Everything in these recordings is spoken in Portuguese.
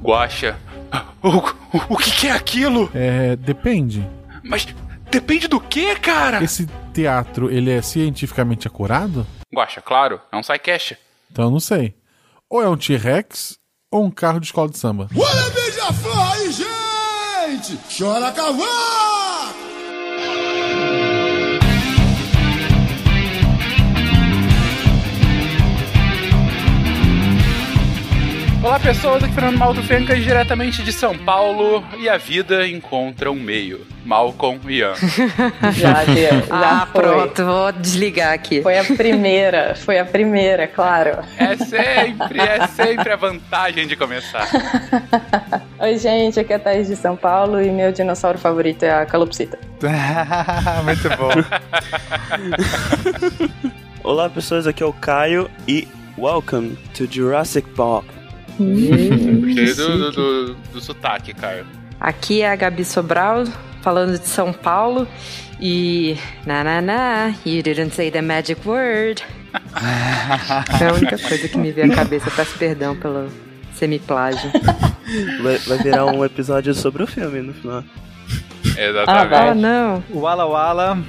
Guaxa, o que é aquilo? Depende. Mas depende do quê, cara? Esse teatro, ele é cientificamente acurado? Guaxa, claro, é um Psycast. Então eu não sei. Ou é um T-Rex, ou um carro de escola de samba. Olha, beija-flor aí, gente! Chora, cavalo! Olá pessoas, aqui é Fernando Malto Fencas, diretamente de São Paulo, e a vida encontra um meio. Malcolm e Ian. Já foi. Pronto, vou desligar aqui. Foi a primeira, claro. É sempre a vantagem de começar. Oi gente, aqui é a Thaís de São Paulo e meu dinossauro favorito é a calopsita. Muito bom. Olá pessoas, aqui é o Caio e welcome to Jurassic Park. Gostei do sotaque, Caio. Aqui é a Gabi Sobral, falando de São Paulo. E... you didn't say the magic word. É a única coisa que me veio à cabeça. Peço perdão pelo semiplágio. Vai virar um episódio sobre o filme no final. Exatamente. Não. Wala Wala.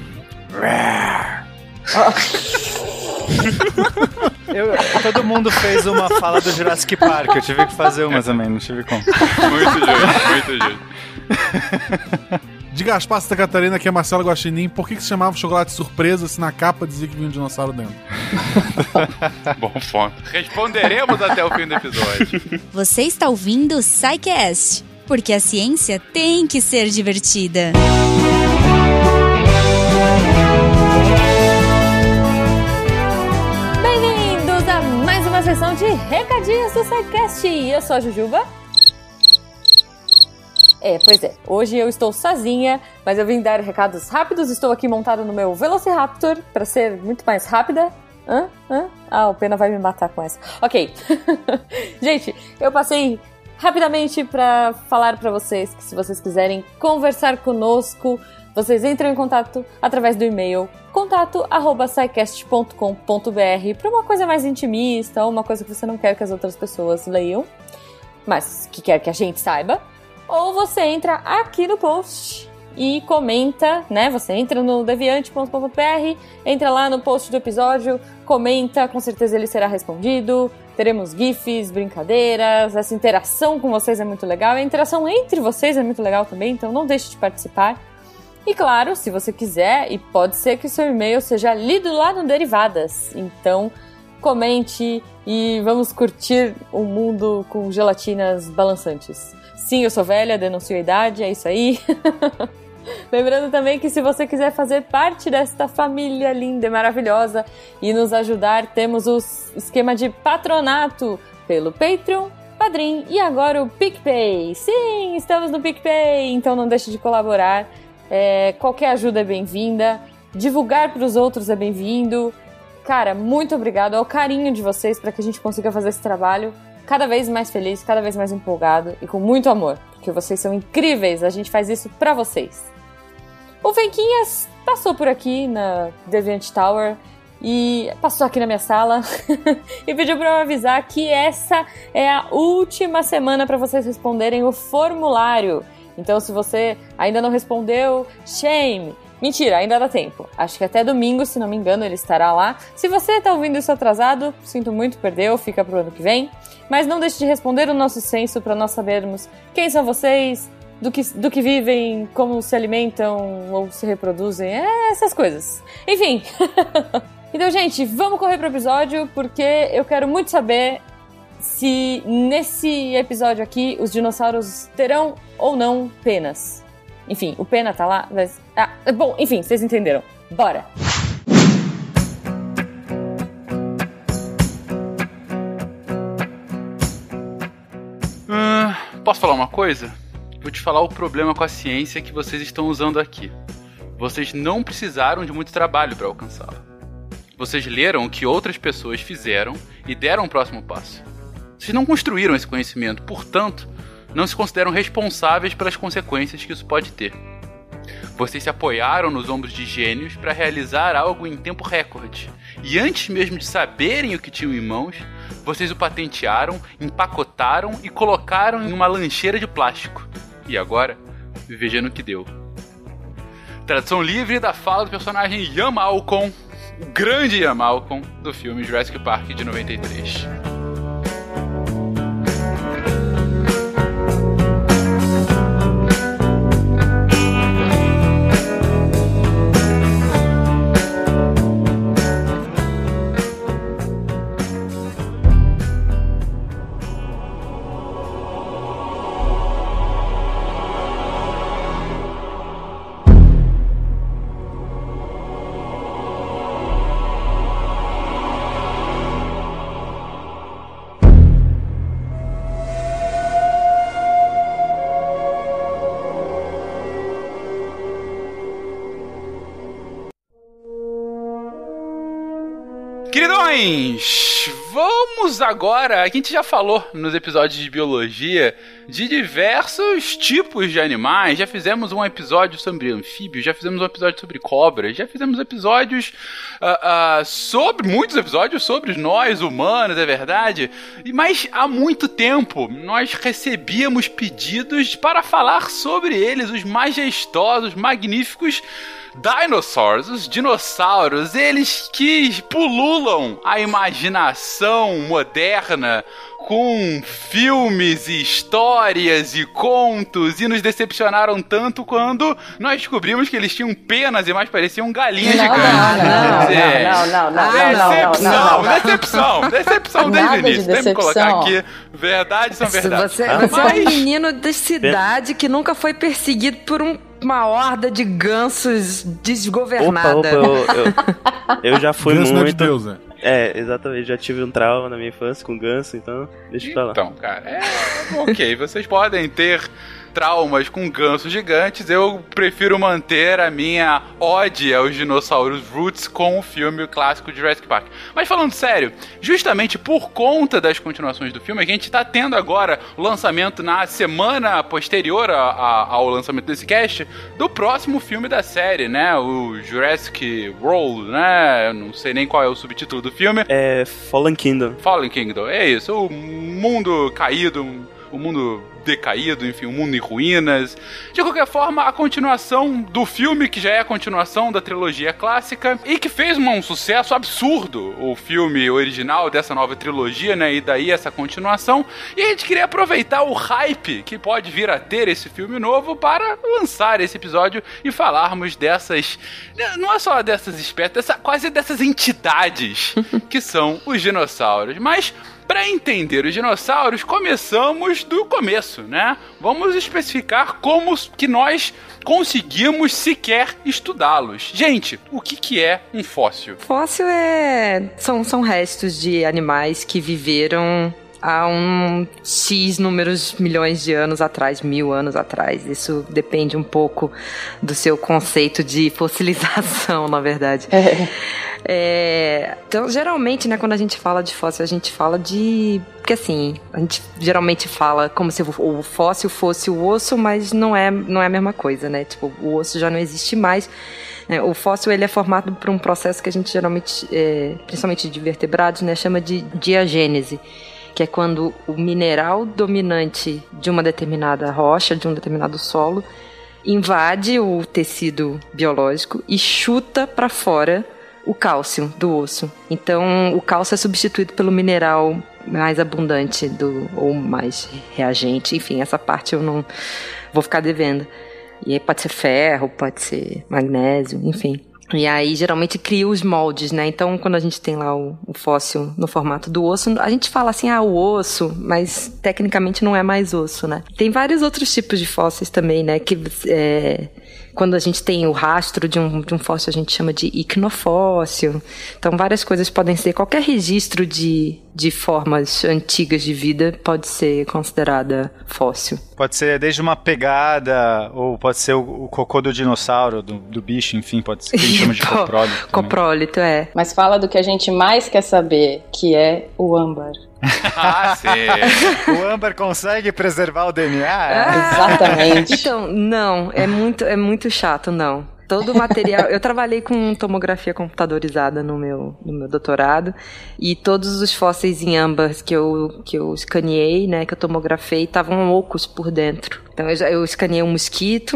Todo mundo fez uma fala do Jurassic Park. Eu tive que fazer uma também, não tive como. Muito justo. De Gaspar, Santa Catarina, aqui é Marcelo Guaxinim. Por que se chamava chocolate surpresa se na capa dizia que vinha um dinossauro dentro? Bom ponto. Responderemos até o fim do episódio. Você está ouvindo o Psycast, porque a ciência tem que ser divertida. Bem-vindos a mais uma sessão de Recadinhos do Psycast. Eu sou a Jujuba. Pois é, hoje eu estou sozinha, mas eu vim dar recados rápidos. Estou aqui montada no meu Velociraptor para ser muito mais rápida. O Pena vai me matar com essa. Ok. Gente, eu passei rapidamente para falar para vocês que se vocês quiserem conversar conosco, vocês entram em contato através do e-mail contato@psycast.com.br para uma coisa mais intimista ou uma coisa que você não quer que as outras pessoas leiam, mas que quer que a gente saiba. Ou você entra aqui no post e comenta, né? Você entra no deviante.com.br, entra lá no post do episódio, comenta, com certeza ele será respondido. Teremos gifs, brincadeiras, essa interação com vocês é muito legal. A interação entre vocês é muito legal também, então não deixe de participar. E claro, se você quiser, e pode ser que o seu e-mail seja lido lá no Derivadas. Então, comente e vamos curtir o mundo com gelatinas balançantes. Sim, eu sou velha, denuncio a idade, é isso aí. Lembrando também que se você quiser fazer parte desta família linda e maravilhosa e nos ajudar, temos o esquema de patronato pelo Patreon, Padrim e agora o PicPay. Sim, estamos no PicPay, então não deixe de colaborar. Qualquer ajuda é bem-vinda, divulgar para os outros é bem-vindo. Cara, muito obrigado ao carinho de vocês para que a gente consiga fazer esse trabalho cada vez mais feliz, cada vez mais empolgado e com muito amor, porque vocês são incríveis, a gente faz isso pra vocês. O Venquinhas passou por aqui na Deviant Tower e passou aqui na minha sala e pediu pra eu avisar que essa é a última semana pra vocês responderem o formulário. Então se você ainda não respondeu, shame! Mentira, ainda dá tempo. Acho que até domingo, se não me engano, ele estará lá. Se você tá ouvindo isso atrasado, sinto muito, perdeu, fica pro ano que vem. Mas não deixe de responder o nosso censo para nós sabermos quem são vocês, do que vivem, como se alimentam ou se reproduzem, essas coisas. Enfim. Então, gente, vamos correr pro episódio, porque eu quero muito saber se nesse episódio aqui os dinossauros terão ou não penas. Enfim, o Pena tá lá, mas... bom, enfim, vocês entenderam. Bora! Posso falar uma coisa? Vou te falar o problema com a ciência que vocês estão usando aqui. Vocês não precisaram de muito trabalho para alcançá-la. Vocês leram o que outras pessoas fizeram e deram o próximo passo. Vocês não construíram esse conhecimento, portanto, não se consideram responsáveis pelas consequências que isso pode ter. Vocês se apoiaram nos ombros de gênios para realizar algo em tempo recorde. E antes mesmo de saberem o que tinham em mãos, vocês o patentearam, empacotaram e colocaram em uma lancheira de plástico. E agora, veja no que deu. Tradução livre da fala do personagem Ian Malcolm, o grande Ian Malcolm, do filme Jurassic Park de 93. Queridões, vamos agora, a gente já falou nos episódios de biologia de diversos tipos de animais, já fizemos um episódio sobre anfíbios, já fizemos um episódio sobre cobras, já fizemos episódios muitos episódios sobre nós humanos, é verdade, mas há muito tempo nós recebíamos pedidos para falar sobre eles, os majestosos, magníficos dinosaurs, os dinossauros, eles que pululam a imaginação moderna com filmes e histórias e contos e nos decepcionaram tanto quando nós descobrimos que eles tinham penas e mais pareciam galinhas gigantes. Decepção desde o início. Temos que colocar aqui, verdades são verdades. Você é um menino da cidade que nunca foi perseguido por uma horda de gansos desgovernada. Eu já fui Ganso muito... não é de Deus, né? Exatamente, já tive um trauma na minha infância com ganso, então deixa pra lá. Então, cara, ok, vocês podem ter traumas com gansos gigantes, eu prefiro manter a minha ode aos dinossauros roots com o filme clássico de Jurassic Park. Mas falando sério, justamente por conta das continuações do filme, a gente tá tendo agora o lançamento na semana posterior ao lançamento desse cast, do próximo filme da série, né? O Jurassic World, né? Eu não sei nem qual é o subtítulo do filme. É Fallen Kingdom. Fallen Kingdom, é isso. O mundo caído, o mundo decaído, enfim, o mundo em ruínas. De qualquer forma, a continuação do filme, que já é a continuação da trilogia clássica, e que fez um sucesso absurdo, o filme original dessa nova trilogia, né, e daí essa continuação, e a gente queria aproveitar o hype que pode vir a ter esse filme novo para lançar esse episódio e falarmos dessas, não é só dessas espécies, quase dessas entidades que são os dinossauros, mas para entender os dinossauros, começamos do começo, né? Vamos especificar como que nós conseguimos sequer estudá-los. Gente, o que é um fóssil? Fóssil são restos de animais que viveram há um X números milhões de anos atrás, 1000 anos atrás. Isso depende um pouco do seu conceito de fossilização, na verdade. Então, geralmente, né, quando a gente fala de fóssil, a gente fala de... Porque assim, a gente geralmente fala como se o fóssil fosse o osso, mas não é a mesma coisa, né? Tipo, o osso já não existe mais. O fóssil, ele é formado por um processo que a gente geralmente, principalmente de vertebrados, né, chama de diagênese, que é quando o mineral dominante de uma determinada rocha, de um determinado solo, invade o tecido biológico e chuta para fora o cálcio do osso. Então, o cálcio é substituído pelo mineral mais abundante ou mais reagente. Enfim, essa parte eu não vou ficar devendo. E aí pode ser ferro, pode ser magnésio, enfim. E aí, geralmente, cria os moldes, né? Então, quando a gente tem lá o fóssil no formato do osso, a gente fala assim, o osso, mas tecnicamente não é mais osso, né? Tem vários outros tipos de fósseis também, né? Que quando a gente tem o rastro de um fóssil, a gente chama de icnofóssil. Então, várias coisas podem ser... Qualquer registro de formas antigas de vida pode ser considerada fóssil. Pode ser desde uma pegada, ou pode ser o cocô do dinossauro, do bicho, enfim, pode ser que a gente chama de coprólito. Coprólito, Mas fala do que a gente mais quer saber, que é o âmbar. Sim. O âmbar consegue preservar o DNA? Exatamente. Então, não, é muito chato, não. Todo o material... Eu trabalhei com tomografia computadorizada no meu doutorado, e todos os fósseis em âmbar que eu escaneei, né, que eu tomografei, estavam ocos por dentro. Então eu escaneei um mosquito,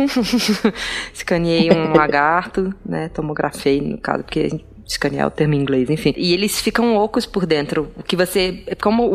escaneei um lagarto, né, tomografei, no caso, porque escanear o termo em inglês, enfim. E eles ficam ocos por dentro. O que você... Como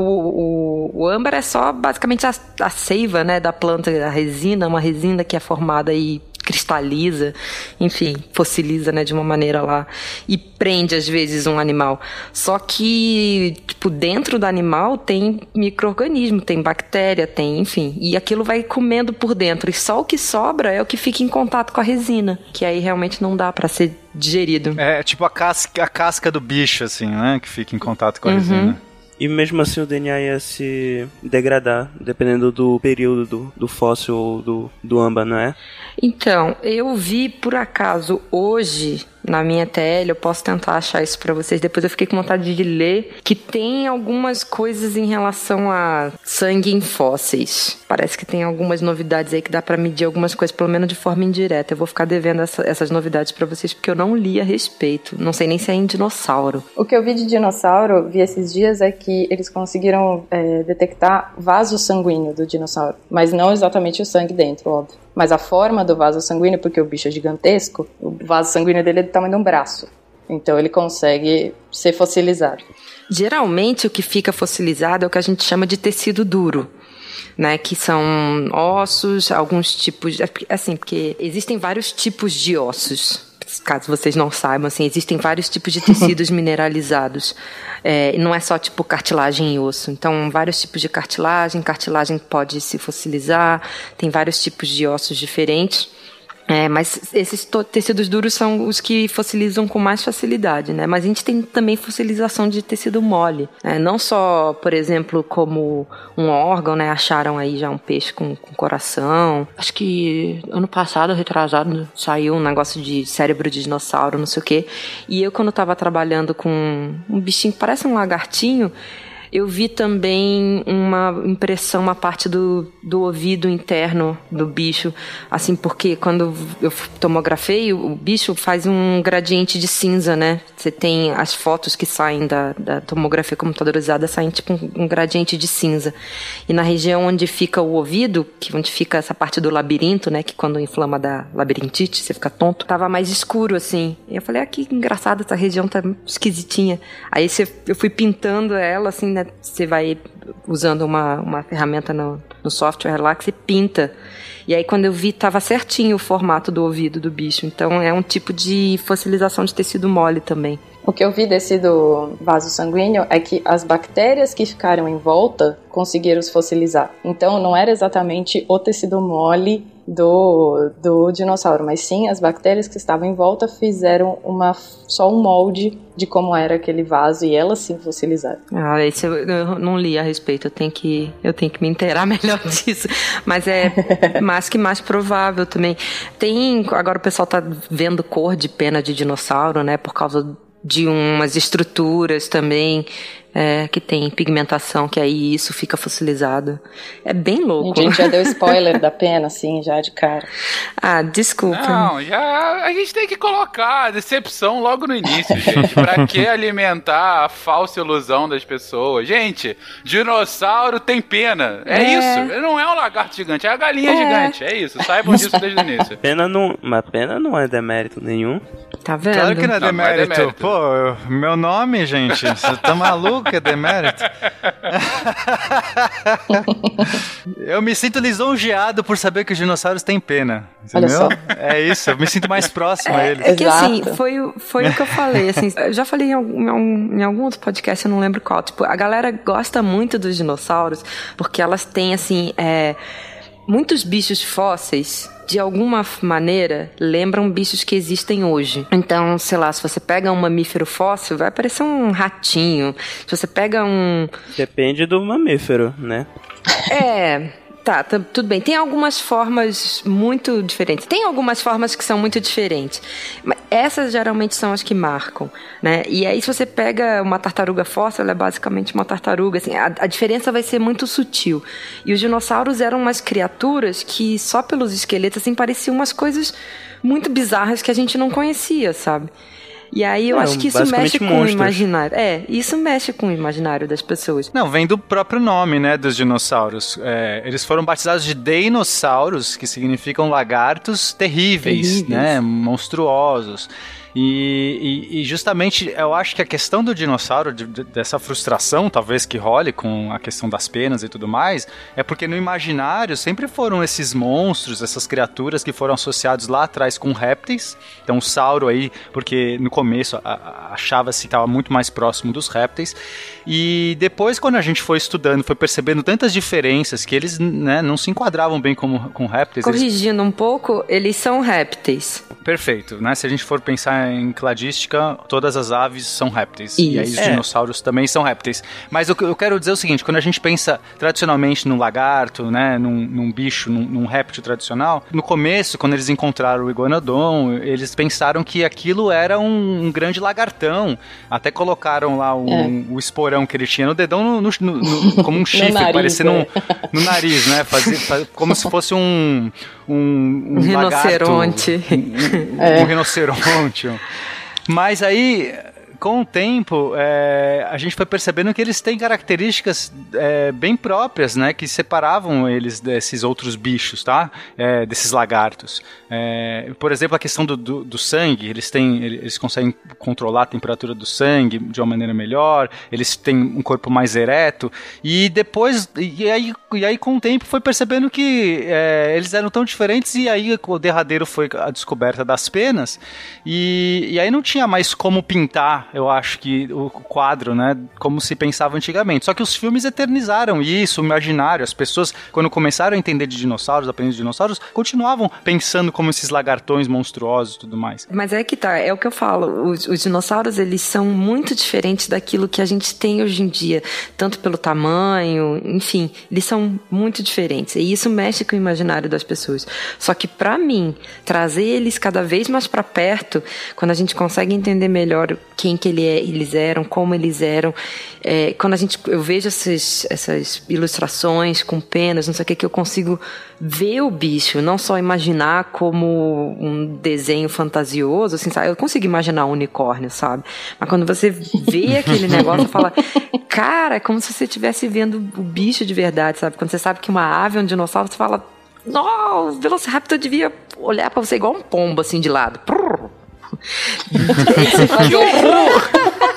o âmbar é só basicamente a seiva, né, da planta, a resina, uma resina que é formada e cristaliza, enfim, fossiliza, né, de uma maneira lá, e prende às vezes um animal. Só que, tipo, dentro do animal tem micro-organismo, tem bactéria, tem, enfim, e aquilo vai comendo por dentro, e só o que sobra é o que fica em contato com a resina, que aí realmente não dá pra ser digerido. É tipo a casca do bicho, assim, né, que fica em contato com a resina. E mesmo assim o DNA ia se degradar, dependendo do período do fóssil ou do âmbar, não é? Então, eu vi por acaso hoje na minha TL, eu posso tentar achar isso pra vocês, depois eu fiquei com vontade de ler, que tem algumas coisas em relação a sangue em fósseis. Parece que tem algumas novidades aí que dá pra medir algumas coisas, pelo menos de forma indireta. Eu vou ficar devendo essas novidades pra vocês, porque eu não li a respeito. Não sei nem se é em dinossauro. O que eu vi de dinossauro, vi esses dias, é que eles conseguiram detectar vaso sanguíneo do dinossauro, mas não exatamente o sangue dentro, óbvio. Mas a forma do vaso sanguíneo, porque o bicho é gigantesco, o vaso sanguíneo dele é do tamanho de um braço. Então ele consegue ser fossilizado. Geralmente o que fica fossilizado é o que a gente chama de tecido duro, né? Que são ossos, alguns tipos... Assim, porque existem vários tipos de ossos. Caso vocês não saibam, assim, existem vários tipos de tecidos mineralizados. Não é só tipo cartilagem e osso. Então, vários tipos de cartilagem pode se fossilizar, tem vários tipos de ossos diferentes. Mas esses tecidos duros são os que fossilizam com mais facilidade, né? Mas a gente tem também fossilização de tecido mole. Não só, por exemplo, como um órgão, né? Acharam aí já um peixe com coração. Acho que ano passado, retrasado, saiu um negócio de cérebro de dinossauro, não sei o quê. E eu, quando estava trabalhando com um bichinho que parece um lagartinho, eu vi também uma impressão, uma parte do ouvido interno do bicho, assim, porque quando eu tomografei, o bicho faz um gradiente de cinza, né? Você tem as fotos que saem da tomografia computadorizada, saem tipo um gradiente de cinza. E na região onde fica o ouvido, onde fica essa parte do labirinto, né? Que quando inflama da labirintite, você fica tonto, tava mais escuro, assim. E eu falei, que engraçado, essa região tá esquisitinha. Aí eu fui pintando ela, assim, né? Você vai usando uma ferramenta no software lá que você pinta. E aí quando eu vi, tava certinho o formato do ouvido do bicho. Então é um tipo de fossilização de tecido mole também. O que eu vi desse do vaso sanguíneo é que as bactérias que ficaram em volta conseguiram se fossilizar. Então não era exatamente o tecido mole do dinossauro, mas sim as bactérias que estavam em volta fizeram só um molde de como era aquele vaso e elas sim fossilizaram. Esse eu não li a respeito, eu tenho que me inteirar melhor disso, mas é mais provável também. Agora o pessoal tá vendo cor de pena de dinossauro, né, por causa de umas estruturas também que tem pigmentação, que aí isso fica fossilizado. É bem louco. A gente já deu spoiler da pena, assim, já de cara. Desculpa. Não, a gente tem que colocar a decepção logo no início, gente. Pra que alimentar a falsa ilusão das pessoas? Gente, dinossauro tem pena. É isso. Não é um lagarto gigante, é a galinha gigante. É isso. Saibam disso desde o início. Mas pena não é demérito nenhum. Tá vendo? Claro que não é demérito. Pô, meu nome, gente, você tá maluco? É demérito? Eu me sinto lisonjeado por saber que os dinossauros têm pena. Entendeu? Olha só. É isso, eu me sinto mais próximo a eles. É que assim, foi o que eu falei, assim, eu já falei em algum outro podcast, eu não lembro qual, tipo, a galera gosta muito dos dinossauros porque elas têm, assim, muitos bichos fósseis, de alguma maneira, lembram bichos que existem hoje. Então, sei lá, se você pega um mamífero fóssil, vai parecer um ratinho. Se você pega Depende do mamífero, né? Tá, tudo bem. Tem algumas formas muito diferentes. Tem algumas formas que são muito diferentes. Mas essas geralmente são as que marcam, né? E aí se você pega uma tartaruga fóssil, ela é basicamente uma tartaruga, assim, a diferença vai ser muito sutil. E os dinossauros eram umas criaturas que só pelos esqueletos, assim, pareciam umas coisas muito bizarras que a gente não conhecia, sabe? E aí eu acho que isso mexe com o imaginário. Isso mexe com o imaginário das pessoas. Não, vem do próprio nome, né, dos dinossauros. Eles foram batizados de dinossauros, que significam lagartos terríveis. Né, monstruosos. E justamente eu acho que a questão do dinossauro, dessa frustração talvez que role com a questão das penas e tudo mais, é porque no imaginário sempre foram esses monstros, essas criaturas que foram associados lá atrás com répteis. Então o sauro aí, porque no começo achava-se que estava muito mais próximo dos répteis. E depois, quando a gente foi estudando, foi percebendo tantas diferenças que eles, né, não se enquadravam bem com répteis. Corrigindo um pouco, eles são répteis. Perfeito, né? Se a gente for pensar em cladística, todas as aves são répteis. Isso. E aí os dinossauros também são répteis. Mas o que eu quero dizer é o seguinte, quando a gente pensa tradicionalmente num lagarto, né, num bicho, num réptil tradicional, no começo, quando eles encontraram o Iguanodon, eles pensaram que aquilo era um grande lagartão. Até colocaram lá o esporão que ele tinha no dedão como um chifre, nariz, parecendo no nariz, né? Como se fosse um rinoceronte. Um rinoceronte. Mas aí, com o tempo, a gente foi percebendo que eles têm características bem próprias, né? Que separavam eles desses outros bichos, tá? Desses lagartos. Por exemplo, a questão do sangue. Eles conseguem controlar a temperatura do sangue de uma maneira melhor. Eles têm um corpo mais ereto. E depois... E aí com o tempo, foi percebendo que eles eram tão diferentes. E aí, o derradeiro foi a descoberta das penas. E aí não tinha mais como pintar, eu acho que o quadro, né, como se pensava antigamente. Só que os filmes eternizaram isso, o imaginário. As pessoas, quando começaram a entender de dinossauros, aprender de dinossauros, continuavam pensando como esses lagartões monstruosos e tudo mais. Mas é que tá, é o que eu falo. Os dinossauros, eles são muito diferentes daquilo que a gente tem hoje em dia, tanto pelo tamanho, enfim, eles são muito diferentes. E isso mexe com o imaginário das pessoas. Só que pra mim, trazer eles cada vez mais pra perto, quando a gente consegue entender melhor quem que eles eram, como eles eram. Quando eu vejo essas ilustrações com penas, não sei o que eu consigo ver o bicho, não só imaginar como um desenho fantasioso, assim, sabe? Eu consigo imaginar um unicórnio, sabe? Mas quando você vê aquele negócio, você fala, cara, é como se você estivesse vendo o bicho de verdade, sabe? Quando você sabe que uma ave é um dinossauro, você fala, não, o Velociraptor devia olhar pra você igual um pombo, assim, de lado. Que horror!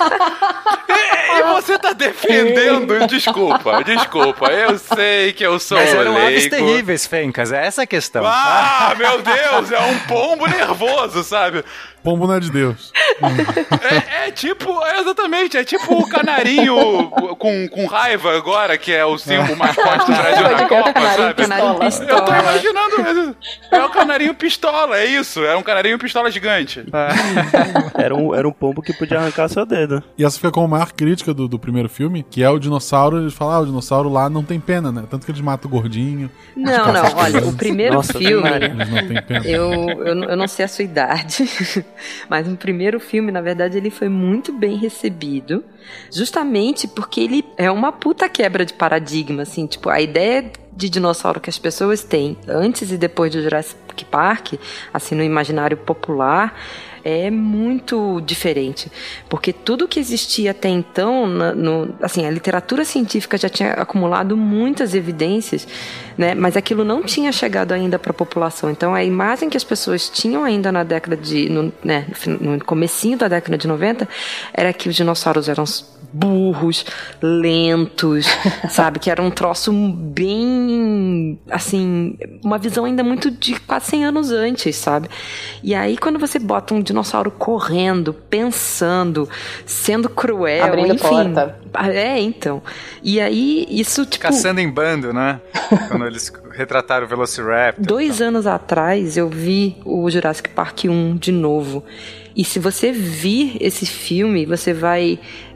E você tá defendendo? Desculpa, eu sei que eu sou leigo. Mas eram aves terríveis, Fencas, é essa a questão. Ah, meu Deus, é um pombo nervoso, sabe? Pombo não é de Deus. Exatamente, é tipo o canarinho com raiva agora, que é o símbolo mais forte do Brasil na Copa, sabe? Eu tô imaginando, é o canarinho pistola, é isso, é um canarinho pistola gigante. Era um pombo que podia arrancar seu dedo. E essa fica como a maior crítica do primeiro filme, que é o dinossauro, eles falam, o dinossauro lá não tem pena, né? Tanto que eles matam o gordinho. Não, olha, o primeiro filme, eles não têm pena. Eu não sei a sua idade, mas o primeiro filme, na verdade, ele foi muito bem recebido, justamente porque ele é uma puta quebra de paradigma, assim, tipo, a ideia de dinossauro que as pessoas têm antes e depois do Jurassic Park, assim, no imaginário popular, é muito diferente, porque tudo que existia até então, assim, a literatura científica já tinha acumulado muitas evidências, né, mas aquilo não tinha chegado ainda para a população. Então a imagem que as pessoas tinham ainda na década no comecinho da década de 90 era que os dinossauros eram burros, lentos, sabe, que era um troço bem, assim, uma visão ainda muito de quase 100 anos antes, sabe? E aí quando você bota um dinossauro correndo, pensando, sendo cruel, abrindo enfim, porta. então. E aí isso, tipo, caçando em bando, né? Quando eles retrataram o Velociraptor. 2 anos atrás eu vi o Jurassic Park 1 de novo. E se você vir esse filme, você vai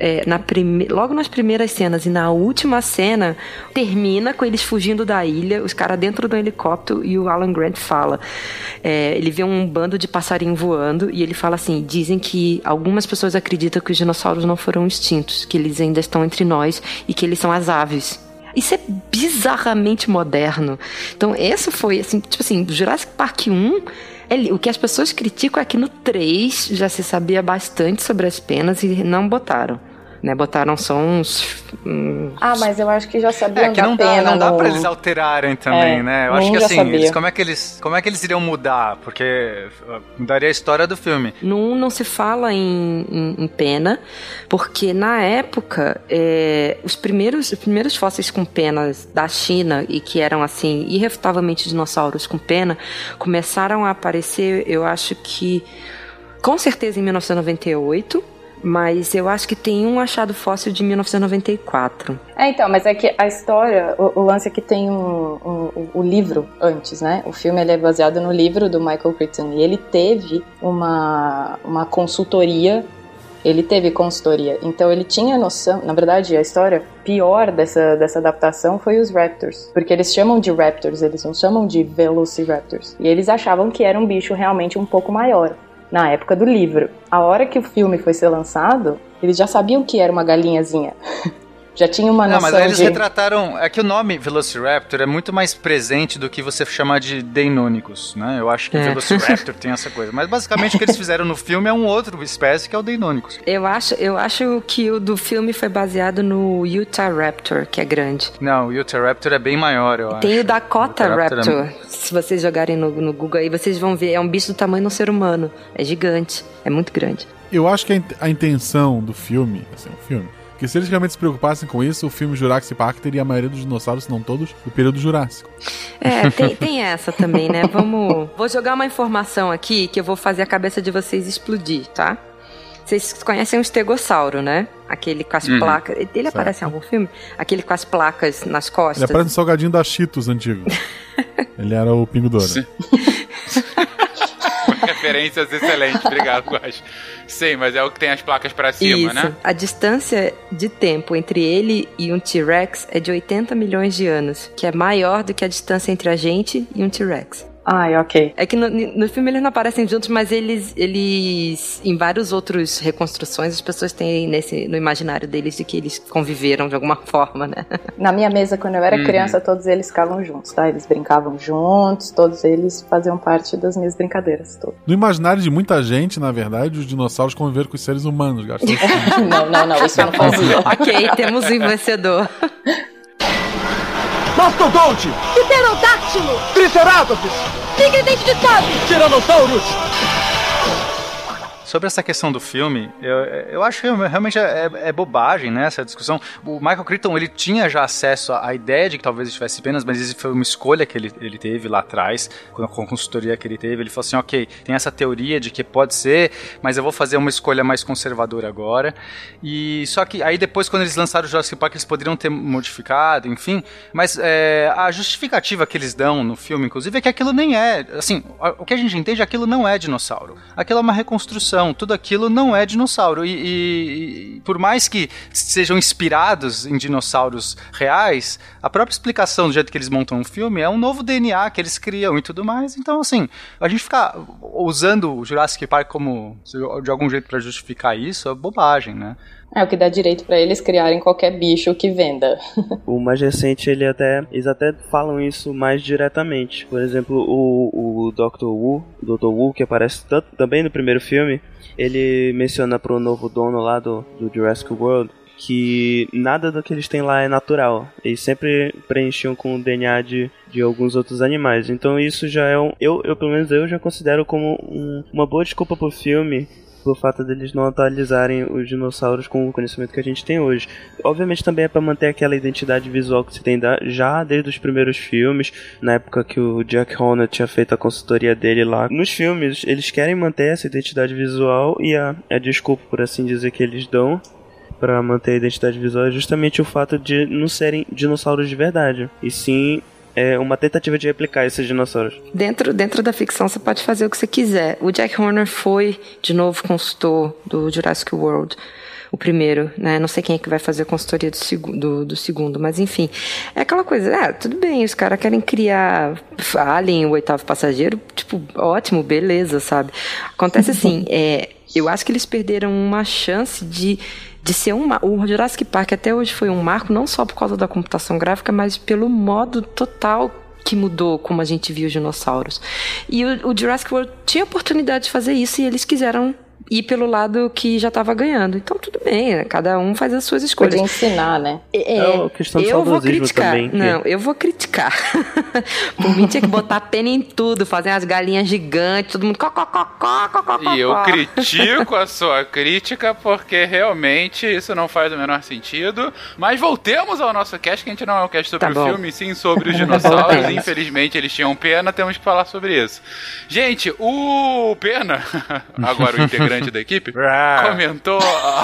logo nas primeiras cenas e na última cena, termina com eles fugindo da ilha, os caras dentro do helicóptero, e o Alan Grant fala, ele vê um bando de passarinho voando e ele fala assim, dizem que algumas pessoas acreditam que os dinossauros não foram extintos, que eles ainda estão entre nós e que eles são as aves. Isso é bizarramente moderno. Então, essa foi, assim, tipo assim, Jurassic Park 1... o que as pessoas criticam é que no 3 já se sabia bastante sobre as penas e não botaram. Né? Botaram só uns... mas eu acho que já sabiam que não da pena. Não dá pra eles alterarem também, né? Eu acho que assim, como é que eles iriam mudar? Porque mudaria a história do filme. No 1 não se fala em pena, porque na época, os primeiros fósseis com penas da China, e que eram assim, irrefutavelmente dinossauros com pena, começaram a aparecer, eu acho que, com certeza em 1998, mas eu acho que tem um achado fóssil de 1994. Então, mas é que a história, o lance é que tem o livro antes, né? O filme ele é baseado no livro do Michael Crichton, e ele teve uma consultoria, então ele tinha noção, na verdade a história pior dessa adaptação foi os Raptors, porque eles chamam de Raptors, eles não chamam de Velociraptors, e eles achavam que era um bicho realmente um pouco maior. Na época do livro. A hora que o filme foi ser lançado, eles já sabiam que era uma galinhazinha. Já tinha uma noção. Não, mas aí eles retrataram... É que o nome Velociraptor é muito mais presente do que você chamar de Deinonychus, né? Eu acho que o Velociraptor tem essa coisa. Mas basicamente o que eles fizeram no filme é um outro espécie que é o Deinonychus. Eu acho que o do filme foi baseado no Utah Raptor, que é grande. Não, o Utah Raptor é bem maior, eu acho. Tem o Dakota Raptor. Se vocês jogarem no Google aí, vocês vão ver. É um bicho do tamanho de um ser humano. É gigante. É muito grande. Eu acho que a intenção do filme, assim, que se eles realmente se preocupassem com isso, o filme Jurassic Park teria a maioria dos dinossauros, se não todos, do período Jurássico. Tem essa também, né? Vou jogar uma informação aqui que eu vou fazer a cabeça de vocês explodir, tá? Vocês conhecem o estegossauro, né? Aquele com as placas. Ele aparece em algum filme? Aquele com as placas nas costas. Ele aparece no salgadinho da Cheetos antigo. Ele era o Pingo Douro. Referências excelentes, obrigado, Guax. Sim, mas é o que tem as placas pra cima, isso, né? A distância de tempo entre ele e um T-Rex é de 80 milhões de anos, que é maior do que a distância entre a gente e um T-Rex. Ok. É que no filme eles não aparecem juntos, mas eles em várias outras reconstruções, as pessoas têm no imaginário deles de que eles conviveram de alguma forma, né? Na minha mesa, quando eu era criança, todos eles ficavam juntos, tá? Eles brincavam juntos, todos eles faziam parte das minhas brincadeiras. Todas. No imaginário de muita gente, na verdade, os dinossauros conviveram com os seres humanos, Gastão. Não, isso eu não fazia. Ok, temos um vencedor. Mastodonte! Pterodáctilo! Triceratops! Tigre-dente de sabre! Tiranossauros! Sobre essa questão do filme, eu acho que realmente é bobagem, né, essa discussão. O Michael Crichton, ele tinha já acesso à ideia de que talvez tivesse penas, mas isso foi uma escolha que ele teve lá atrás, com a consultoria que ele teve. Ele falou assim, ok, tem essa teoria de que pode ser, mas eu vou fazer uma escolha mais conservadora agora. E só que aí depois, quando eles lançaram o Jurassic Park, eles poderiam ter modificado, enfim. Mas a justificativa que eles dão no filme, inclusive, é que aquilo nem é, assim, o que a gente entende, aquilo não é dinossauro. Aquilo é uma reconstrução. Tudo aquilo não é dinossauro e por mais que sejam inspirados em dinossauros reais, a própria explicação do jeito que eles montam um filme é um novo DNA que eles criam e tudo mais. Então, assim, a gente ficar usando o Jurassic Park como de algum jeito para justificar isso é bobagem, né? É o que dá direito pra eles criarem qualquer bicho que venda. O mais recente, eles até falam isso mais diretamente. Por exemplo, o Dr. Wu, que aparece também no primeiro filme, ele menciona pro novo dono lá do Jurassic World que nada do que eles têm lá é natural. Eles sempre preenchiam com o DNA de alguns outros animais. Então isso já é pelo menos eu já considero como uma boa desculpa pro filme, pelo fato deles não atualizarem os dinossauros com o conhecimento que a gente tem hoje. Obviamente também é para manter aquela identidade visual que se tem já desde os primeiros filmes, na época que o Jack Horner tinha feito a consultoria dele lá. Nos filmes, eles querem manter essa identidade visual e a desculpa, por assim dizer, que eles dão para manter a identidade visual é justamente o fato de não serem dinossauros de verdade, e sim uma tentativa de replicar esses dinossauros. Dentro da ficção você pode fazer o que você quiser. O Jack Horner foi, de novo, consultor do Jurassic World. O primeiro, né? Não sei quem é que vai fazer a consultoria do segundo, mas enfim. É aquela coisa, tudo bem, os caras querem criar Alien, o oitavo passageiro, tipo, ótimo, beleza, sabe? Acontece assim, eu acho que eles perderam uma chance de ser o Jurassic Park até hoje foi um marco, não só por causa da computação gráfica, mas pelo modo total que mudou como a gente viu os dinossauros. E o Jurassic World tinha oportunidade de fazer isso e eles quiseram ir pelo lado que já estava ganhando. Então tudo bem, né? Cada um faz as suas escolhas. Podia ensinar, né? Questão de saudosismo também. Não, eu vou criticar. Por mim tinha que botar pena em tudo, fazer as galinhas gigantes, todo mundo E eu critico a sua crítica porque realmente isso não faz o menor sentido. Mas voltemos ao nosso cast, que a gente não é um cast sobre o filme, sim sobre os dinossauros. Infelizmente eles tinham pena, temos que falar sobre isso. Gente, o Pena, agora o integrante da equipe, comentou...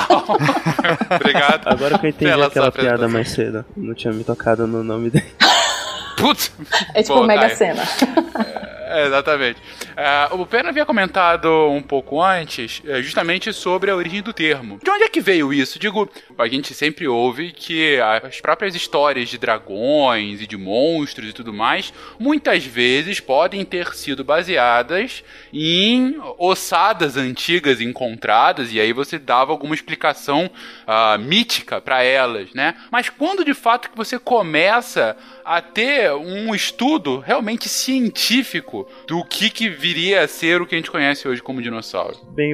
Obrigado. Agora que eu entendi aquela piada mais cedo. Não tinha me tocado no nome dele. Putz! É tipo Mega Sena. Exatamente. O Pena havia comentado um pouco antes justamente sobre a origem do termo. De onde é que veio isso? Digo, a gente sempre ouve que as próprias histórias de dragões e de monstros e tudo mais, muitas vezes podem ter sido baseadas em ossadas antigas encontradas, e aí você dava alguma explicação mítica para elas, né? Mas quando de fato que você começa a ter um estudo realmente científico do que viria a ser o que a gente conhece hoje como dinossauro? Bem,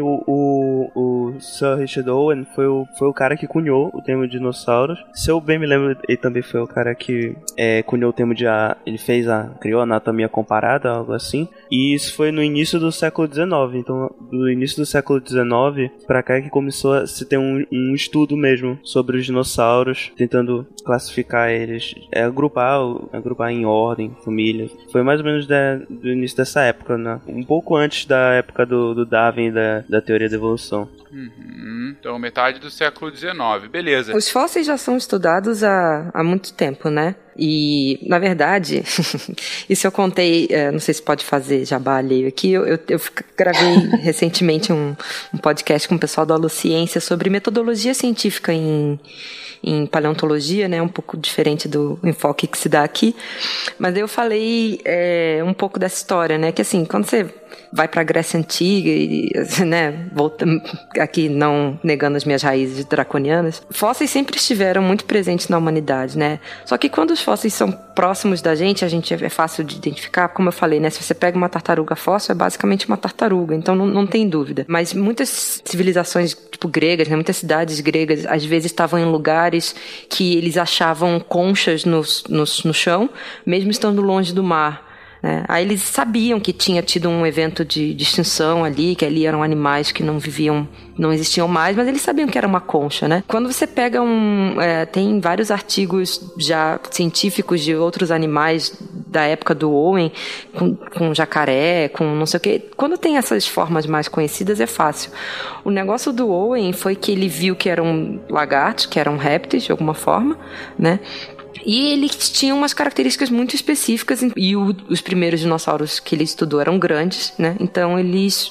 o Sir Richard Owen foi o cara que cunhou o termo dinossauros. Se eu bem me lembro, ele também foi o cara que cunhou o termo ele criou a anatomia comparada, algo assim. E isso foi no início do século XIX. Então, do início do século XIX pra cá é que começou a se ter um estudo mesmo sobre os dinossauros, tentando classificar eles, agrupar em ordem, famílias. Foi mais ou menos do início dessa época, né? Um pouco antes da época do Darwin, da teoria da evolução. Então, metade do século XIX, beleza. Os fósseis já são estudados há muito tempo, né? E, na verdade, isso eu contei, não sei se pode fazer jabá alheio aqui, eu gravei recentemente um podcast com o pessoal da Aluciência sobre metodologia científica em paleontologia, né, um pouco diferente do enfoque que se dá aqui, mas eu falei um pouco dessa história, né, que assim, quando você vai para a Grécia Antiga e, né, aqui não negando as minhas raízes draconianas, fósseis sempre estiveram muito presentes na humanidade, né, só que quando os fósseis são próximos da gente é fácil de identificar, como eu falei, né, se você pega uma tartaruga fóssil, é basicamente uma tartaruga, então não tem dúvida, mas muitas civilizações, tipo gregas, né, muitas cidades gregas, às vezes estavam em lugares que eles achavam conchas no chão, mesmo estando longe do mar. Aí eles sabiam que tinha tido um evento de extinção ali, que ali eram animais que não existiam mais, mas eles sabiam que era uma concha, né? Quando você pega tem vários artigos já científicos de outros animais da época do Owen, com jacaré, com não sei o quê. Quando tem essas formas mais conhecidas, é fácil. O negócio do Owen foi que ele viu que eram lagartos, que eram répteis de alguma forma, né? E eles tinham umas características muito específicas, e os primeiros dinossauros que ele estudou eram grandes, né? Então eles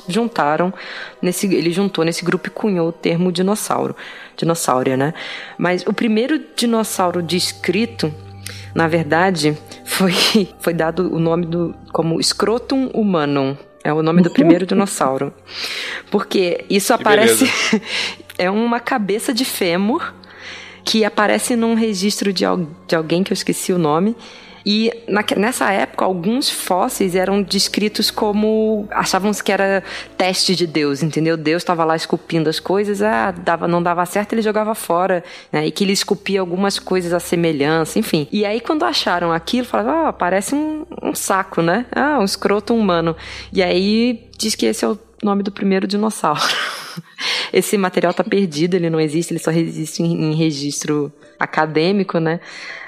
ele juntou nesse grupo e cunhou o termo dinossáuria, né? Mas o primeiro dinossauro descrito, na verdade, foi dado o nome como Scrotum humanum. É o nome do primeiro dinossauro. Porque isso aparece... é uma cabeça de fêmur que aparece num registro de alguém que eu esqueci o nome. E nessa época, alguns fósseis eram descritos como... achavam-se que era teste de Deus, entendeu? Deus estava lá esculpindo as coisas, não dava certo, ele jogava fora, né? E que ele esculpia algumas coisas à semelhança, enfim. E aí, quando acharam aquilo, falaram, parece um saco, né? Um escroto humano. E aí, diz que esse é o nome do primeiro dinossauro. Esse material tá perdido, ele não existe, ele só existe em registro acadêmico, né?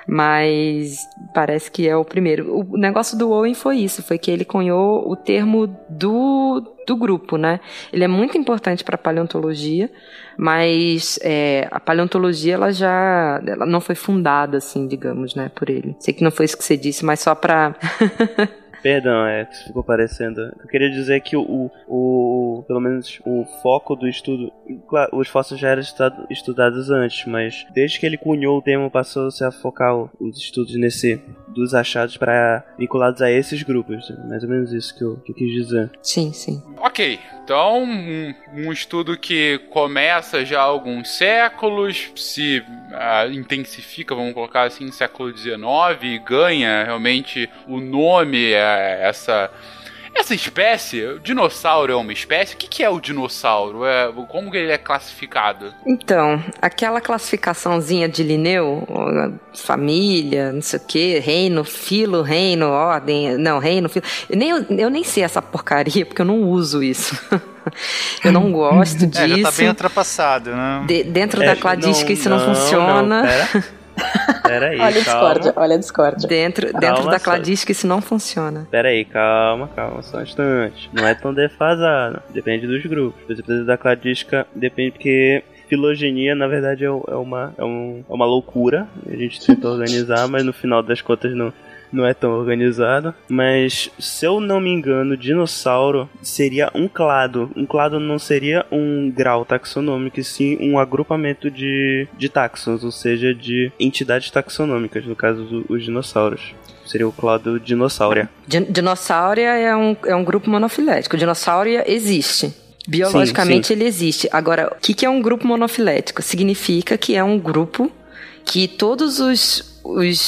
Mas parece que é o primeiro. O negócio do Owen foi isso, foi que ele cunhou o termo do grupo, né? Ele é muito importante para a paleontologia, mas a paleontologia ela não foi fundada, assim, digamos, né, por ele. Sei que não foi isso que você disse, mas só para... Perdão, que ficou parecendo. Eu queria dizer que pelo menos o foco do estudo, claro, os fósseis já eram estudados antes, mas desde que ele cunhou o termo passou-se a focar os estudos dos achados vinculados a esses grupos. Mais ou menos isso que eu quis dizer. Sim, sim. Ok, então um estudo que começa já há alguns séculos, se intensifica, vamos colocar assim, século XIX, e ganha realmente o nome, essa espécie. O dinossauro é uma espécie? O que é o dinossauro? Como que ele é classificado? Então, aquela classificaçãozinha de Linneu, família, não sei o que, reino, filo, reino, ordem, não, reino, filo. Eu nem sei essa porcaria, porque eu não uso isso. Eu não gosto disso. Já tá bem ultrapassado, né? Dentro da cladística isso não funciona. Peraí, olha a discórdia. Dentro da cladística isso não funciona. Peraí, calma, só um instante. Não é tão defasado. Depende dos grupos. Por exemplo, da cladística depende porque filogenia, na verdade, é uma loucura. A gente tenta organizar, mas no final das contas não é tão organizado. Mas, se eu não me engano, dinossauro seria um clado. Um clado não seria um grau taxonômico, e sim um agrupamento de táxons, ou seja, de entidades taxonômicas, no caso os dinossauros. Seria o clado Dinossauria. Dinossauria é um grupo monofilético. Dinossauria existe. Biologicamente sim. Ele existe. Agora, o que é um grupo monofilético? Significa que é um grupo que todos os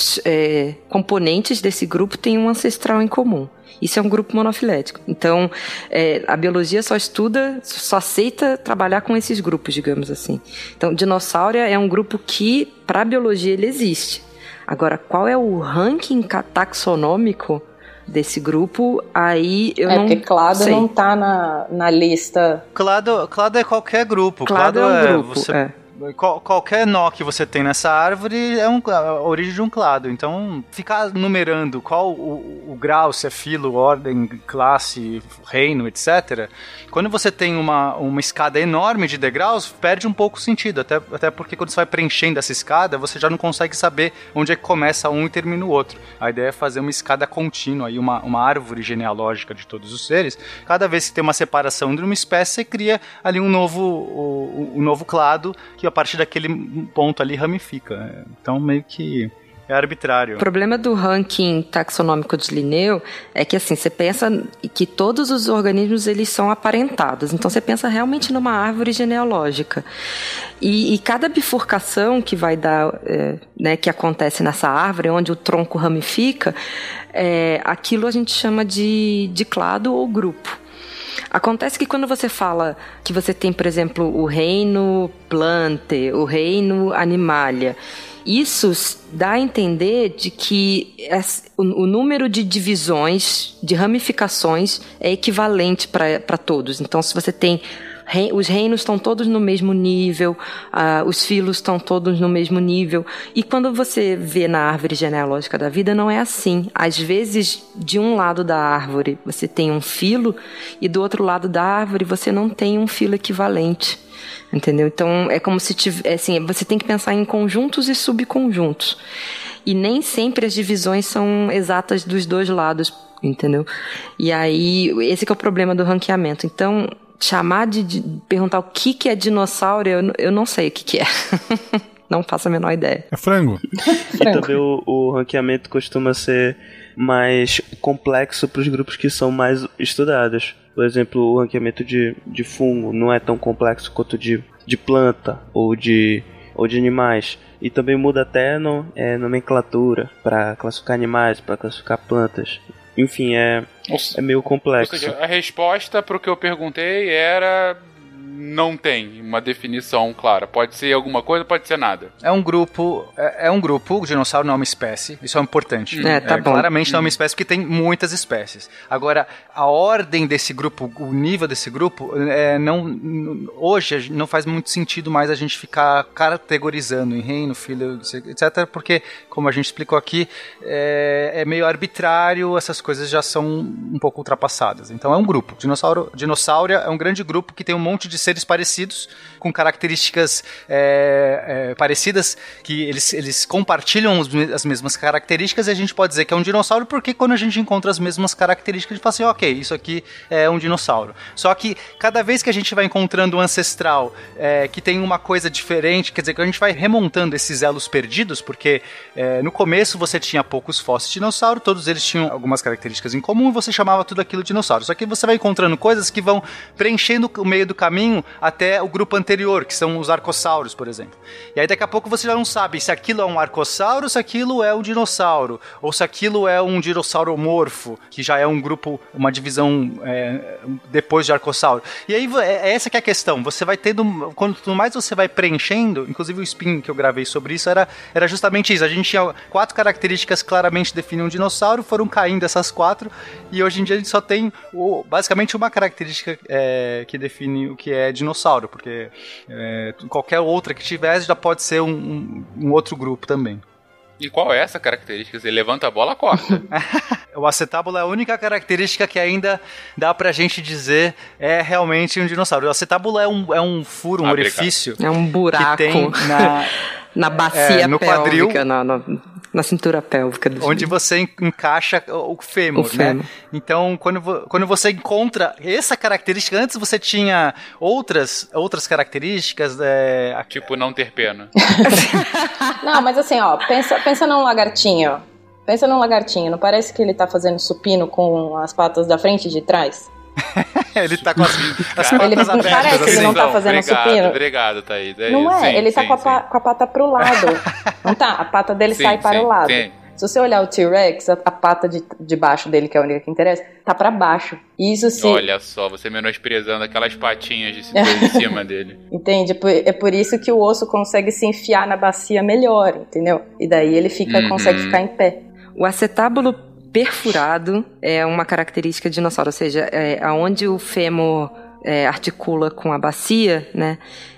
componentes desse grupo têm um ancestral em comum. Isso é um grupo monofilético. Então, a biologia só aceita trabalhar com esses grupos, digamos assim. Então, Dinossauria é um grupo que, para a biologia, ele existe. Agora, qual é o ranking taxonômico desse grupo? Aí eu não sei. Porque clado não tá na lista. Clado é qualquer grupo. Clado é um grupo, Qualquer nó que você tem nessa árvore é a origem de um clado. Então, ficar numerando qual o grau, se é filo, ordem, classe, reino, etc. Quando você tem uma escada enorme de degraus, perde um pouco o sentido. Até porque quando você vai preenchendo essa escada, você já não consegue saber onde é que começa um e termina o outro. A ideia é fazer uma escada contínua, aí uma árvore genealógica de todos os seres. Cada vez que tem uma separação de uma espécie, você cria ali um novo clado, que a partir daquele ponto ali ramifica. Então meio que é arbitrário. O problema do ranking taxonômico de Linneu é que assim, você pensa que todos os organismos eles são aparentados. Então você pensa realmente numa árvore genealógica. E cada bifurcação que vai dar, que acontece nessa árvore, onde o tronco ramifica, aquilo a gente chama de clado ou grupo. Acontece que quando você fala que você tem, por exemplo, o reino Plante, o reino Animalia, isso dá a entender de que o número de divisões, de ramificações, é equivalente para todos. Então, se você tem... Os reinos estão todos no mesmo nível, os filos estão todos no mesmo nível. E quando você vê na árvore genealógica da vida, não é assim. Às vezes, de um lado da árvore, você tem um filo, e do outro lado da árvore, você não tem um filo equivalente. Entendeu? Então, é como se você tem que pensar em conjuntos e subconjuntos. E nem sempre as divisões são exatas dos dois lados, entendeu? E aí, esse que é o problema do ranqueamento. Então... chamar de perguntar o que é dinossauro, eu não sei o que é. Não faço a menor ideia. É frango. E também o ranqueamento costuma ser mais complexo para os grupos que são mais estudados. Por exemplo, o ranqueamento de fungo não é tão complexo quanto de planta ou de animais. E também muda até nomenclatura para classificar animais, para classificar plantas. Enfim, é meio complexo. Ou seja, a resposta para o que eu perguntei era não tem uma definição clara? Pode ser alguma coisa, pode ser nada. É um grupo, o dinossauro não é uma espécie, isso é importante. Tá bom. Claramente não é uma espécie porque tem muitas espécies. Agora, a ordem desse grupo, o nível desse grupo, hoje não faz muito sentido mais a gente ficar categorizando em reino, filho, etc, porque, como a gente explicou aqui, é meio arbitrário, essas coisas já são um pouco ultrapassadas. Então é um grupo. Dinossauria é um grande grupo que tem um monte de seres parecidos, com características parecidas, que eles compartilham as mesmas características, e a gente pode dizer que é um dinossauro porque quando a gente encontra as mesmas características, a gente fala assim, ok, isso aqui é um dinossauro. Só que cada vez que a gente vai encontrando um ancestral que tem uma coisa diferente, quer dizer, que a gente vai remontando esses elos perdidos, porque no começo você tinha poucos fósseis de dinossauro, todos eles tinham algumas características em comum, e você chamava tudo aquilo de dinossauro. Só que você vai encontrando coisas que vão preenchendo o meio do caminho até o grupo anterior, que são os arcossauros, por exemplo. E aí daqui a pouco você já não sabe se aquilo é um arcossauro, se aquilo é um dinossauro, ou se aquilo é um dirossauromorfo, que já é um grupo, uma divisão depois de arcossauro. E aí essa que é a questão, você vai tendo, quanto mais você vai preenchendo, inclusive o spin que eu gravei sobre isso era justamente isso, a gente tinha 4 características que claramente definiam um dinossauro, foram caindo essas 4, e hoje em dia a gente só tem basicamente uma característica que define o que é dinossauro, porque qualquer outra que tivesse já pode ser um outro grupo também. E qual é essa característica? Você levanta a bola, corta. O acetábulo é a única característica que ainda dá pra gente dizer realmente um dinossauro. O acetábulo é um furo, um orifício. É um buraco que tem na bacia no pélvica, quadril, na cintura pélvica. Onde você encaixa o fêmur, né? Então, quando você encontra essa característica, antes você tinha outras características... Tipo não ter pena. Não, mas assim, ó, pensa num lagartinho. Pensa num lagartinho, não parece que ele tá fazendo supino com as patas da frente e de trás? Ele tá com as patas abertas. Parece que ele não tá fazendo supino. Obrigado, Thaís. Não é, ele tá com a pata pro lado. Não tá? A pata dele sai para o lado. Sim. Se você olhar o T-Rex, a pata de baixo dele, que é a única que interessa, tá pra baixo. Isso sim. Olha só, você menosprezando aquelas patinhas de cima dele. Entende? É por isso que o osso consegue se enfiar na bacia melhor, entendeu? E daí ele consegue ficar em pé. O acetábulo perfurado é uma característica de dinossauro, ou seja, aonde o fêmur articula com a bacia, né,